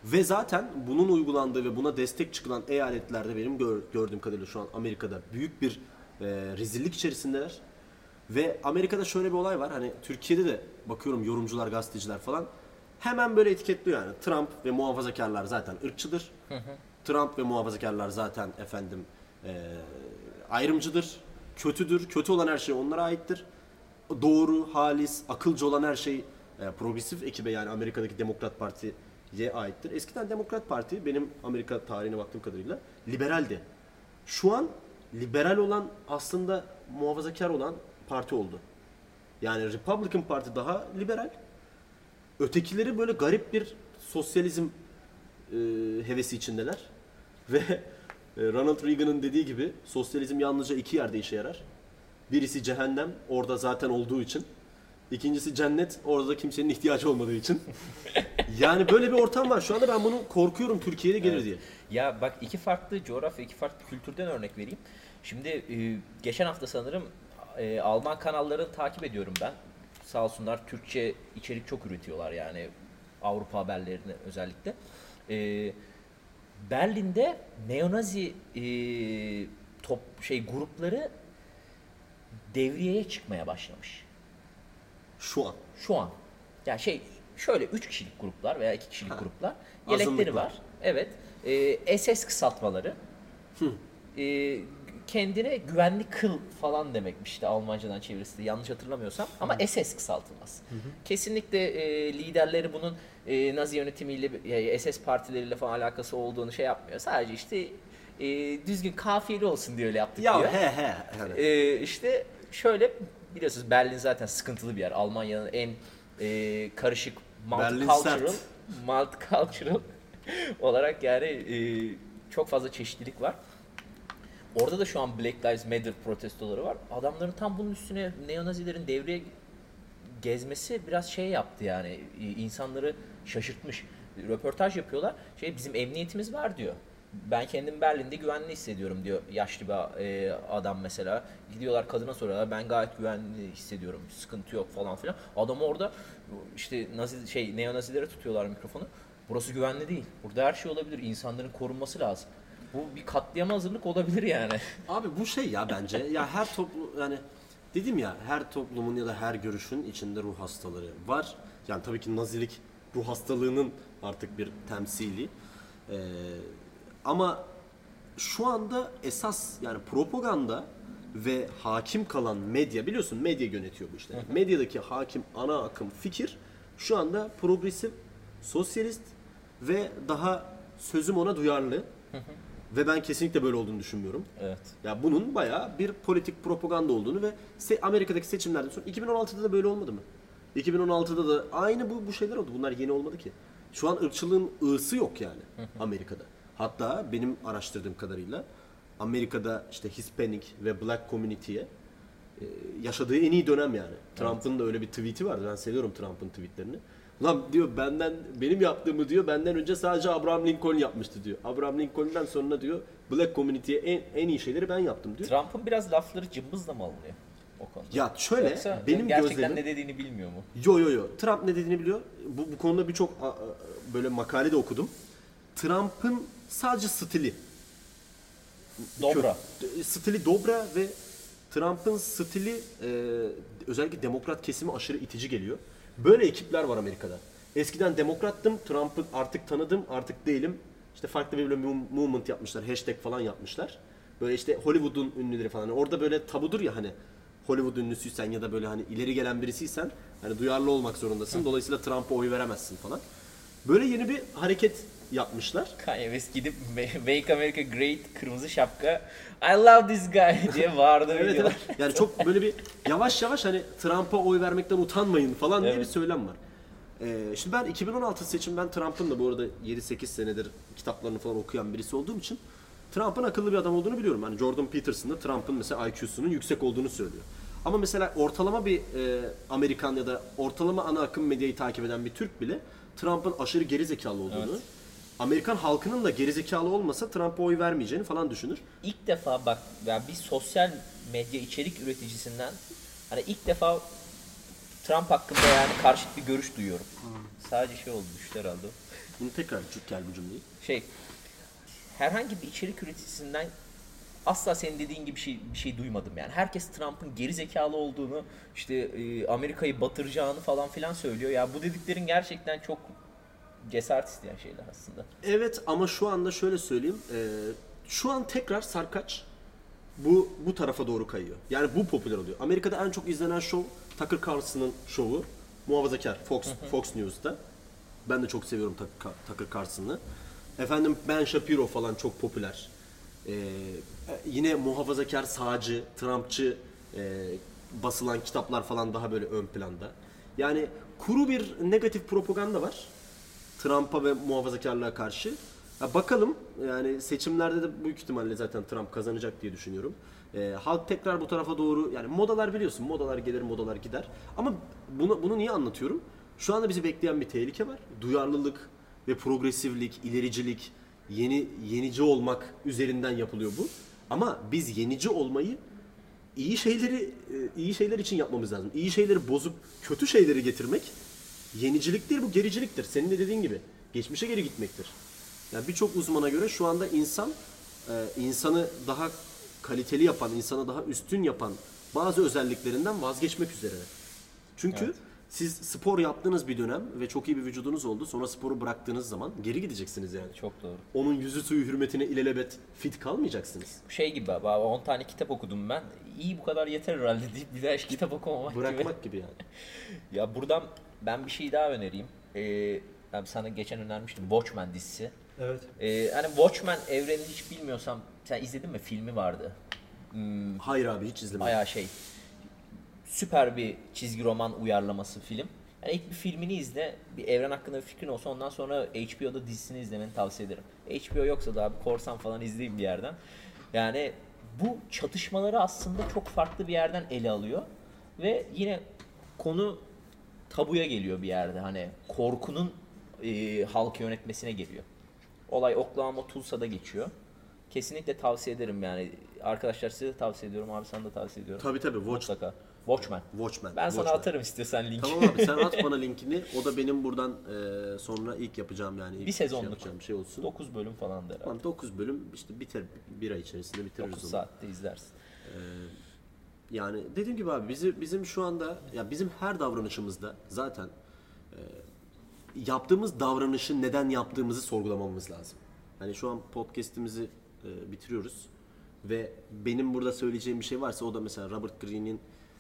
Ve zaten bunun uygulandığı ve buna destek çıkılan eyaletlerde benim gör, gördüğüm kadarıyla şu an Amerika'da büyük bir e, rezillik içerisindeler. Ve Amerika'da şöyle bir olay var. Hani Türkiye'de de bakıyorum yorumcular, gazeteciler falan hemen böyle etiketliyor yani. Trump ve muhafazakarlar zaten ırkçıdır. Hı hı. Trump ve muhafazakarlar zaten efendim e, ayrımcıdır, kötüdür. Kötü olan her şey onlara aittir. Doğru, halis, akılcı olan her şey e, progresif ekibe yani Amerika'daki Demokrat Parti'ye aittir. Eskiden Demokrat Parti benim Amerika tarihine baktığım kadarıyla liberaldi. Şu an liberal olan aslında muhafazakar olan parti oldu. Yani Republican Parti daha liberal. Ötekileri böyle garip bir sosyalizm e, hevesi içindeler. Ve e, Ronald Reagan'ın dediği gibi sosyalizm yalnızca iki yerde işe yarar. Birisi cehennem, orada zaten olduğu için. İkincisi cennet, orada da kimsenin ihtiyacı olmadığı için. Yani böyle bir ortam var. Şu anda ben bunu korkuyorum Türkiye'de gelir Evet. diye. Ya bak iki farklı coğrafya, iki farklı kültürden örnek vereyim. Şimdi e, geçen hafta sanırım e, Alman kanallarını takip ediyorum ben. Sağ olsunlar Türkçe içerik çok üretiyorlar yani Avrupa haberlerini özellikle. E, Berlin'de neonazi e, top şey grupları devriyeye çıkmaya başlamış. Şu an. Şu an. Ya şey şöyle üç kişilik gruplar veya iki kişilik Ha. gruplar. Yelekleri Azınlıklar. var. Evet. Ee, S S kısaltmaları. Ee, kendine güvenli kıl falan demekmiş işte Almancadan çevirisi de yanlış hatırlamıyorsam. Ama S S kısaltılmaz. Kesinlikle e, liderleri bunun e, Nazi yönetimiyle, e, S S partileriyle falan alakası olduğunu şey yapmıyor. Sadece işte e, düzgün kafiyeli olsun diye öyle yaptık diyor. Ya he he. Yani. Ee, işte şöyle biliyorsunuz Berlin zaten sıkıntılı bir yer. Almanya'nın en e, karışık Berlin multicultural, sert. multicultural olarak yani e, çok fazla çeşitlilik var. Orada da şu an Black Lives Matter protestoları var. Adamların tam bunun üstüne neonazilerin devreye gezmesi biraz şey yaptı yani e, insanları şaşırtmış. Röportaj yapıyorlar. Şey bizim emniyetimiz var diyor. Ben kendim Berlin'de güvenli hissediyorum diyor yaşlı bir e, adam mesela. Gidiyorlar kadına soruyorlar ben gayet güvenli hissediyorum. Sıkıntı yok falan filan. Adam orada işte nazi şey neonazilere tutuyorlar mikrofonu. Burası güvenli değil. Burada her şey olabilir. İnsanların korunması lazım. Bu bir katliama hazırlık olabilir yani. Abi bu şey ya bence ya her toplu yani dedim ya her toplumun ya da her görüşün içinde ruh hastaları var. Yani tabii ki Nazilik ruh hastalığının artık bir temsili. Ee, ama şu anda esas yani propaganda ve hakim kalan medya biliyorsun medya yönetiyor bu işleri. Medyadaki hakim ana akım fikir şu anda progresif, sosyalist ve daha sözüm ona duyarlı. Ve ben kesinlikle böyle olduğunu düşünmüyorum. Evet. Ya bunun bayağı bir politik propaganda olduğunu ve se- Amerika'daki seçimlerden sonra iki bin on altıda da böyle olmadı mı? iki bin on altıda da aynı bu bu şeyler oldu. Bunlar yeni olmadı ki. Şu an ırkçılığın ığısı yok yani Amerika'da. Hatta benim araştırdığım kadarıyla Amerika'da işte Hispanic ve Black community'ye e, yaşadığı en iyi dönem yani. Trump'ın da öyle bir tweet'i vardı. Ben seviyorum Trump'ın tweetlerini. Lan diyor benden benim yaptığımı diyor benden önce sadece Abraham Lincoln yapmıştı diyor. Abraham Lincoln'dan sonra diyor Black community'ye en, en iyi şeyleri ben yaptım diyor. Trump'ın biraz lafları cımbızla mı alınıyor o konuda? Ya şöyle Yoksa benim gerçekten gözlemim ne dediğini bilmiyor mu? yo yo yo Trump ne dediğini biliyor. Bu, bu konuda birçok a- a- böyle makale de okudum. Trump'ın sadece stili. Dobra. Kö- Stili dobra ve Trump'ın stili e, özellikle demokrat kesimi aşırı itici geliyor. Böyle ekipler var Amerika'da. Eskiden demokrattım, Trump'ı artık tanıdım, artık değilim. İşte farklı bir böyle movement yapmışlar, hashtag falan yapmışlar. Böyle işte Hollywood'un ünlüleri falan. Orada böyle tabudur ya hani Hollywood ünlüsüysen ya da böyle hani ileri gelen birisiysen hani duyarlı olmak zorundasın. Dolayısıyla Trump'a oy veremezsin falan. Böyle yeni bir hareket yapmışlar. Kanye West gidip Make America Great kırmızı şapka I love this guy diye bağırdı. Evet, videolar. evet. Yani çok böyle bir yavaş yavaş hani Trump'a oy vermekten utanmayın falan diye Evet. bir söylem var. Ee, şimdi ben iki bin on altı seçim ben Trump'ın da bu arada yedi sekiz senedir kitaplarını falan okuyan birisi olduğum için Trump'ın akıllı bir adam olduğunu biliyorum. Hani Jordan Peterson da Trump'ın mesela I Q'sunun yüksek olduğunu söylüyor. Ama mesela ortalama bir e, Amerikan ya da ortalama ana akım medyayı takip eden bir Türk bile Trump'ın aşırı geri zekalı olduğunu, Evet. Amerikan halkının da geri zekalı olmasa Trump'a oy vermeyeceğini falan düşünür. İlk defa bak yani bir sosyal medya içerik üreticisinden hani ilk defa Trump hakkında yani karşıt bir görüş duyuyorum. Sadece şey oldu, düştü herhalde o. Bunu tekrar çük gel bu cümleyi. Şey, herhangi bir içerik üreticisinden asla senin dediğin gibi bir şey, bir şey duymadım yani. Herkes Trump'ın geri zekalı olduğunu, işte e, Amerika'yı batıracağını falan filan söylüyor. Ya bu dediklerin gerçekten çok cesaret isteyen şeyler aslında. Evet ama şu anda şöyle söyleyeyim. E, şu an tekrar sarkaç bu bu tarafa doğru kayıyor. Yani bu popüler oluyor. Amerika'da en çok izlenen show Tucker Carlson'ın şovu. Muhafazakar Fox Fox News'ta. Ben de çok seviyorum Tucker, Tucker Carlson'ı. Efendim Ben Shapiro falan çok popüler. Ee, yine muhafazakar, sağcı, Trumpçı e, basılan kitaplar falan daha böyle ön planda. Yani kuru bir negatif propaganda var. Trump'a ve muhafazakarlığa karşı. Ya bakalım yani seçimlerde de büyük ihtimalle zaten Trump kazanacak diye düşünüyorum. Ee, halk tekrar bu tarafa doğru yani modalar biliyorsun modalar gelir modalar gider. Ama bunu, bunu niye anlatıyorum? Şu anda bizi bekleyen bir tehlike var. Duyarlılık ve progresiflik, ilericilik, yeni yenici olmak üzerinden yapılıyor bu. Ama biz yenici olmayı iyi şeyleri iyi şeyler için yapmamız lazım. İyi şeyleri bozup kötü şeyleri getirmek yenicilik değil bu gericiliktir. Senin de dediğin gibi geçmişe geri gitmektir. Yani birçok uzmana göre şu anda insan e, insanı daha kaliteli yapan, insanı daha üstün yapan bazı özelliklerinden vazgeçmek üzere. Çünkü evet. Siz spor yaptığınız bir dönem ve çok iyi bir vücudunuz oldu. Sonra sporu bıraktığınız zaman geri gideceksiniz yani. Çok doğru. Onun yüzü suyu hürmetine ilelebet fit kalmayacaksınız. Şey gibi abi on tane kitap okudum ben. İyi bu kadar yeter herhalde deyip bir daha hiç kitap okumamak gibi. Bırakmak gibi yani. Ya buradan ben bir şey daha önereyim. Ee, ben sana geçen önermiştim Watchmen dizisi. Evet. Ee, hani Watchmen evrenini hiç bilmiyorsam sen izledin mi? Filmi vardı. Hmm, Hayır abi hiç izlemedim. Bayağı şey süper bir çizgi roman uyarlaması film. Yani ilk bir filmini izle, bir evren hakkında bir fikrin olsa ondan sonra H B O'da dizisini izlemeni tavsiye ederim. H B O yoksa da abi korsan falan izleyin bir yerden. Yani bu çatışmaları aslında çok farklı bir yerden ele alıyor ve yine konu tabuya geliyor bir yerde. Hani korkunun e, halkı yönetmesine geliyor. Olay Oklahoma Tulsa'da geçiyor. Kesinlikle tavsiye ederim yani. Arkadaşlar size de tavsiye ediyorum. Abi sana da tavsiye ediyorum. Tabii tabii. Watch. Mutlaka. Watchmen. Watchmen. Ben sana Watchmen. atarım istiyorsan linki. Tamam abi sen at bana linkini. O da benim buradan e, sonra ilk yapacağım yani. Ilk bir sezonluk. Şey yapacağım şey olsun. dokuz bölüm falan der. Tamam dokuz bölüm işte biter bir ay içerisinde bitiririz dokuz onu. saatte izlersin. Ee, yani dediğim gibi abi bizi, bizim şu anda ya bizim her davranışımızda zaten e, yaptığımız davranışı neden yaptığımızı sorgulamamız lazım. Yani şu an podcast'imizi e, bitiriyoruz ve benim burada söyleyeceğim bir şey varsa o da mesela Robert Greene'in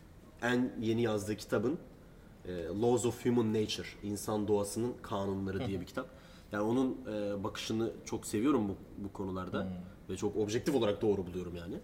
en yeni yazdığı kitabın e, Laws of Human Nature, İnsan Doğasının Kanunları diye bir kitap. Yani onun e, bakışını çok seviyorum bu, bu konularda hmm. ve çok objektif olarak doğru buluyorum yani.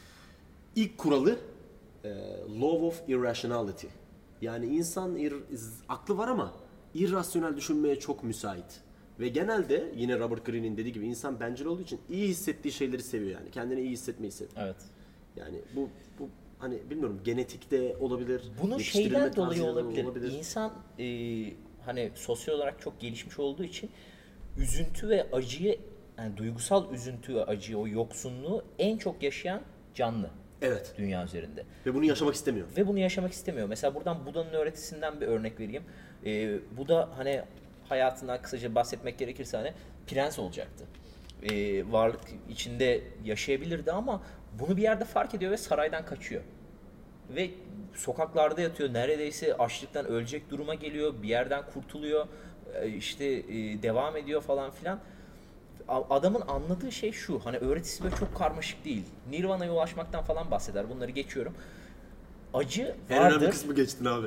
İlk kuralı e, Law of Irrationality. Yani insan ir, aklı var ama irrasyonel düşünmeye çok müsait. Ve genelde yine Robert Greene'in dediği gibi insan bencil olduğu için iyi hissettiği şeyleri seviyor yani. Kendini iyi hissetmeyi seviyor. Evet. Yani bu bu hani bilmiyorum genetikte olabilir. Bunun şeyden dolayı olabilir. olabilir. İnsan e, hani sosyal olarak çok gelişmiş olduğu için üzüntü ve acıyı yani duygusal üzüntü ve acıyı o yoksunluğu en çok yaşayan canlı. Evet. Dünya üzerinde. Ve bunu yaşamak istemiyor. Ve bunu yaşamak istemiyor. Mesela buradan Buda'nın öğretisinden bir örnek vereyim. Ee, Buda hani hayatından kısaca bahsetmek gerekirse hani prens olacaktı. Ee, varlık içinde yaşayabilirdi ama bunu bir yerde fark ediyor ve saraydan kaçıyor. Ve sokaklarda yatıyor. Neredeyse açlıktan ölecek duruma geliyor. Bir yerden kurtuluyor. Ee, işte e, devam ediyor falan filan. Adamın anladığı şey şu, hani öğretisi böyle çok karmaşık değil. Nirvana'ya ulaşmaktan falan bahseder, bunları geçiyorum. Acı vardır. En önemli kısmı geçtin abi.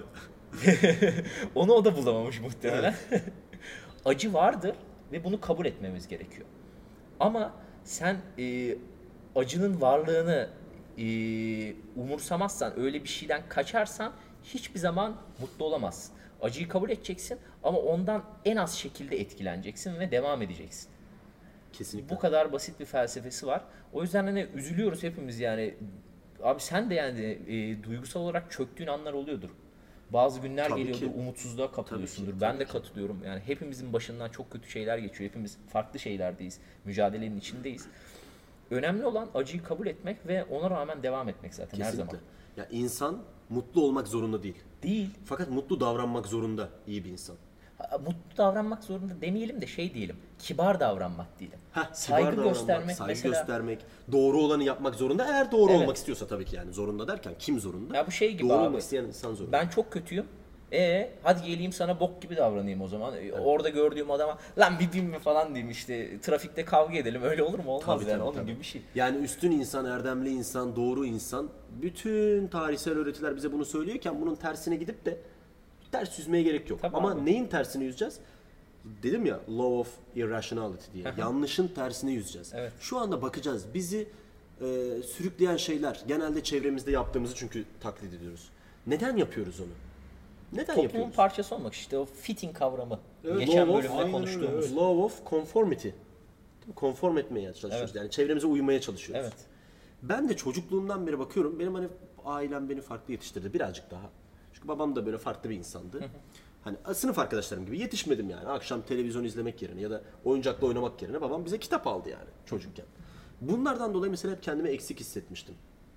Onu o da bulamamış muhtemelen. Evet. Acı vardır ve bunu kabul etmemiz gerekiyor. Ama sen e, acının varlığını e, umursamazsan, öyle bir şeyden kaçarsan hiçbir zaman mutlu olamazsın. Acıyı kabul edeceksin ama ondan en az şekilde etkileneceksin ve devam edeceksin. Kesinlikle. Bu kadar basit bir felsefesi var. O yüzden hani üzülüyoruz hepimiz yani. Abi sen de yani e, duygusal olarak çöktüğün anlar oluyordur. Bazı günler tabii geliyordur, ki. umutsuzluğa kapılıyorsundur. Tabii ki, ben tabii de ki. katılıyorum. Yani hepimizin başından çok kötü şeyler geçiyor. Hepimiz farklı şeylerdeyiz. Mücadelenin içindeyiz. önemli olan acıyı kabul etmek ve ona rağmen devam etmek zaten her Kesinlikle. zaman. Ya insan mutlu olmak zorunda değil. Değil. Fakat mutlu davranmak zorunda iyi bir insan. Ha, mutlu davranmak zorunda demeyelim de şey diyelim. Kibar davranmak diyelim. Heh, Saygı kibar davranmak, göstermek saygı mesela. göstermek, doğru olanı yapmak zorunda. Eğer doğru Evet. olmak istiyorsa tabii ki yani zorunda derken kim zorunda? Ya bu şey gibi doğru abi. olmak isteyen insan zorunda. Ben çok kötüyüm. E hadi geleyim sana bok gibi davranayım o zaman. E, Orada gördüğüm adama lan bir bin mi falan diyeyim işte. Trafikte kavga edelim. Öyle olur mu? Olmaz Tabii, yani. tabii, Onun tabii. gibi bir şey. Yani üstün insan, erdemli insan, doğru insan. Bütün tarihsel öğretiler bize bunu söylüyorken bunun tersine gidip de ters yüzmeye gerek yok. Tabii Ama abi. neyin tersini yüzeceğiz? Dedim ya law of irrationality diye. Aha. Yanlışın tersine yüzeceğiz. Evet. Şu anda bakacağız. Bizi e, sürükleyen şeyler genelde çevremizde yaptığımızı çünkü taklit ediyoruz. Neden yapıyoruz onu? Neden Toplumun yapıyoruz? parçası olmak işte o fitting kavramı. Evet, Geçen law of- bölümde aynen konuştuğumuz. öyle. Law of conformity. Konform etmeye çalışıyoruz. Evet. Yani çevremize uymaya çalışıyoruz. Evet. Ben de çocukluğumdan beri bakıyorum. Benim hani ailem beni farklı yetiştirdi birazcık daha. Çünkü babam da böyle farklı bir insandı. Hani sınıf arkadaşlarım gibi yetişmedim yani. Akşam televizyon izlemek yerine ya da oyuncakla oynamak yerine babam bize kitap aldı yani çocukken. Bunlardan dolayı mesela hep kendimi eksik hissetmiştim.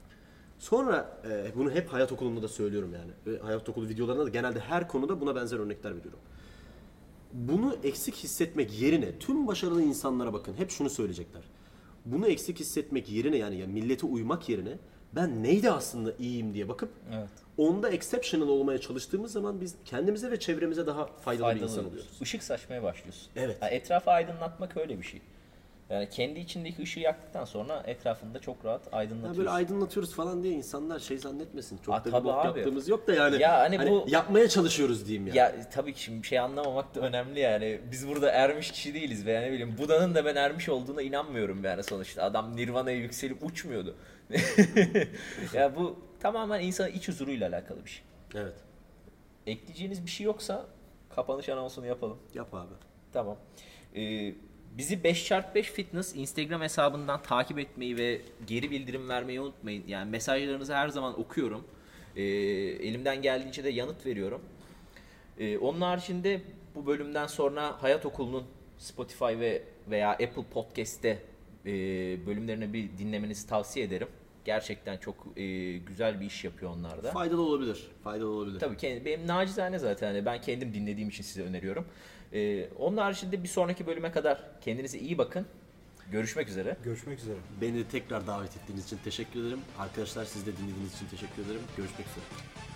Sonra e, bunu hep hayat okulunda da söylüyorum yani. Ve hayat okulu videolarında da genelde her konuda buna benzer örnekler veriyorum. Bunu eksik hissetmek yerine tüm başarılı insanlara bakın hep şunu söyleyecekler. Bunu eksik hissetmek yerine yani ya millete uymak yerine ben neydi aslında iyiyim diye bakıp Evet. onda exceptional olmaya çalıştığımız zaman biz kendimize ve çevremize daha faydalı, bir insan Faydalı oluyoruz. Işık saçmaya başlıyorsun. Evet. Yani etrafı aydınlatmak öyle bir şey. Yani kendi içindeki ışığı yaktıktan sonra etrafında çok rahat Ya aydınlatıyorsun. böyle aydınlatıyoruz falan diye insanlar şey zannetmesin. Çok Aa, da bir tabii bok abi. yaptığımız yok da yani. Ya hani hani bu- yapmaya çalışıyoruz diyeyim yani. Ya tabii ki şimdi bir şey anlamamak da önemli yani. Biz burada ermiş kişi değiliz veya ne bileyim Buda'nın da ben ermiş olduğuna inanmıyorum yani sonuçta. Adam Nirvana'ya yükselip uçmuyordu. Ya bu tamamen insanın iç huzuruyla alakalı bir şey. Evet. Ekleyeceğiniz bir şey yoksa kapanış anonsunu yapalım. Yap abi. Tamam. Ee, bizi beş çarpı beş Fitness Instagram hesabından takip etmeyi ve geri bildirim vermeyi unutmayın. Yani mesajlarınızı her zaman okuyorum. Ee, elimden geldiğince de yanıt veriyorum. Ee, onun haricinde bu bölümden sonra Hayat Okulu'nun Spotify ve veya Apple Podcast'te e, bölümlerini bir dinlemenizi tavsiye ederim. Gerçekten çok e, güzel bir iş yapıyor onlar da. Faydalı olabilir. Faydalı olabilir. Tabii kendi, benim nacizane zaten hani ben kendim dinlediğim için size öneriyorum. Ee, onun haricinde bir sonraki bölüme kadar kendinize iyi bakın. Görüşmek üzere. Görüşmek üzere. Beni de tekrar davet ettiğiniz için teşekkür ederim. Arkadaşlar siz de dinlediğiniz için teşekkür ederim. Görüşmek üzere.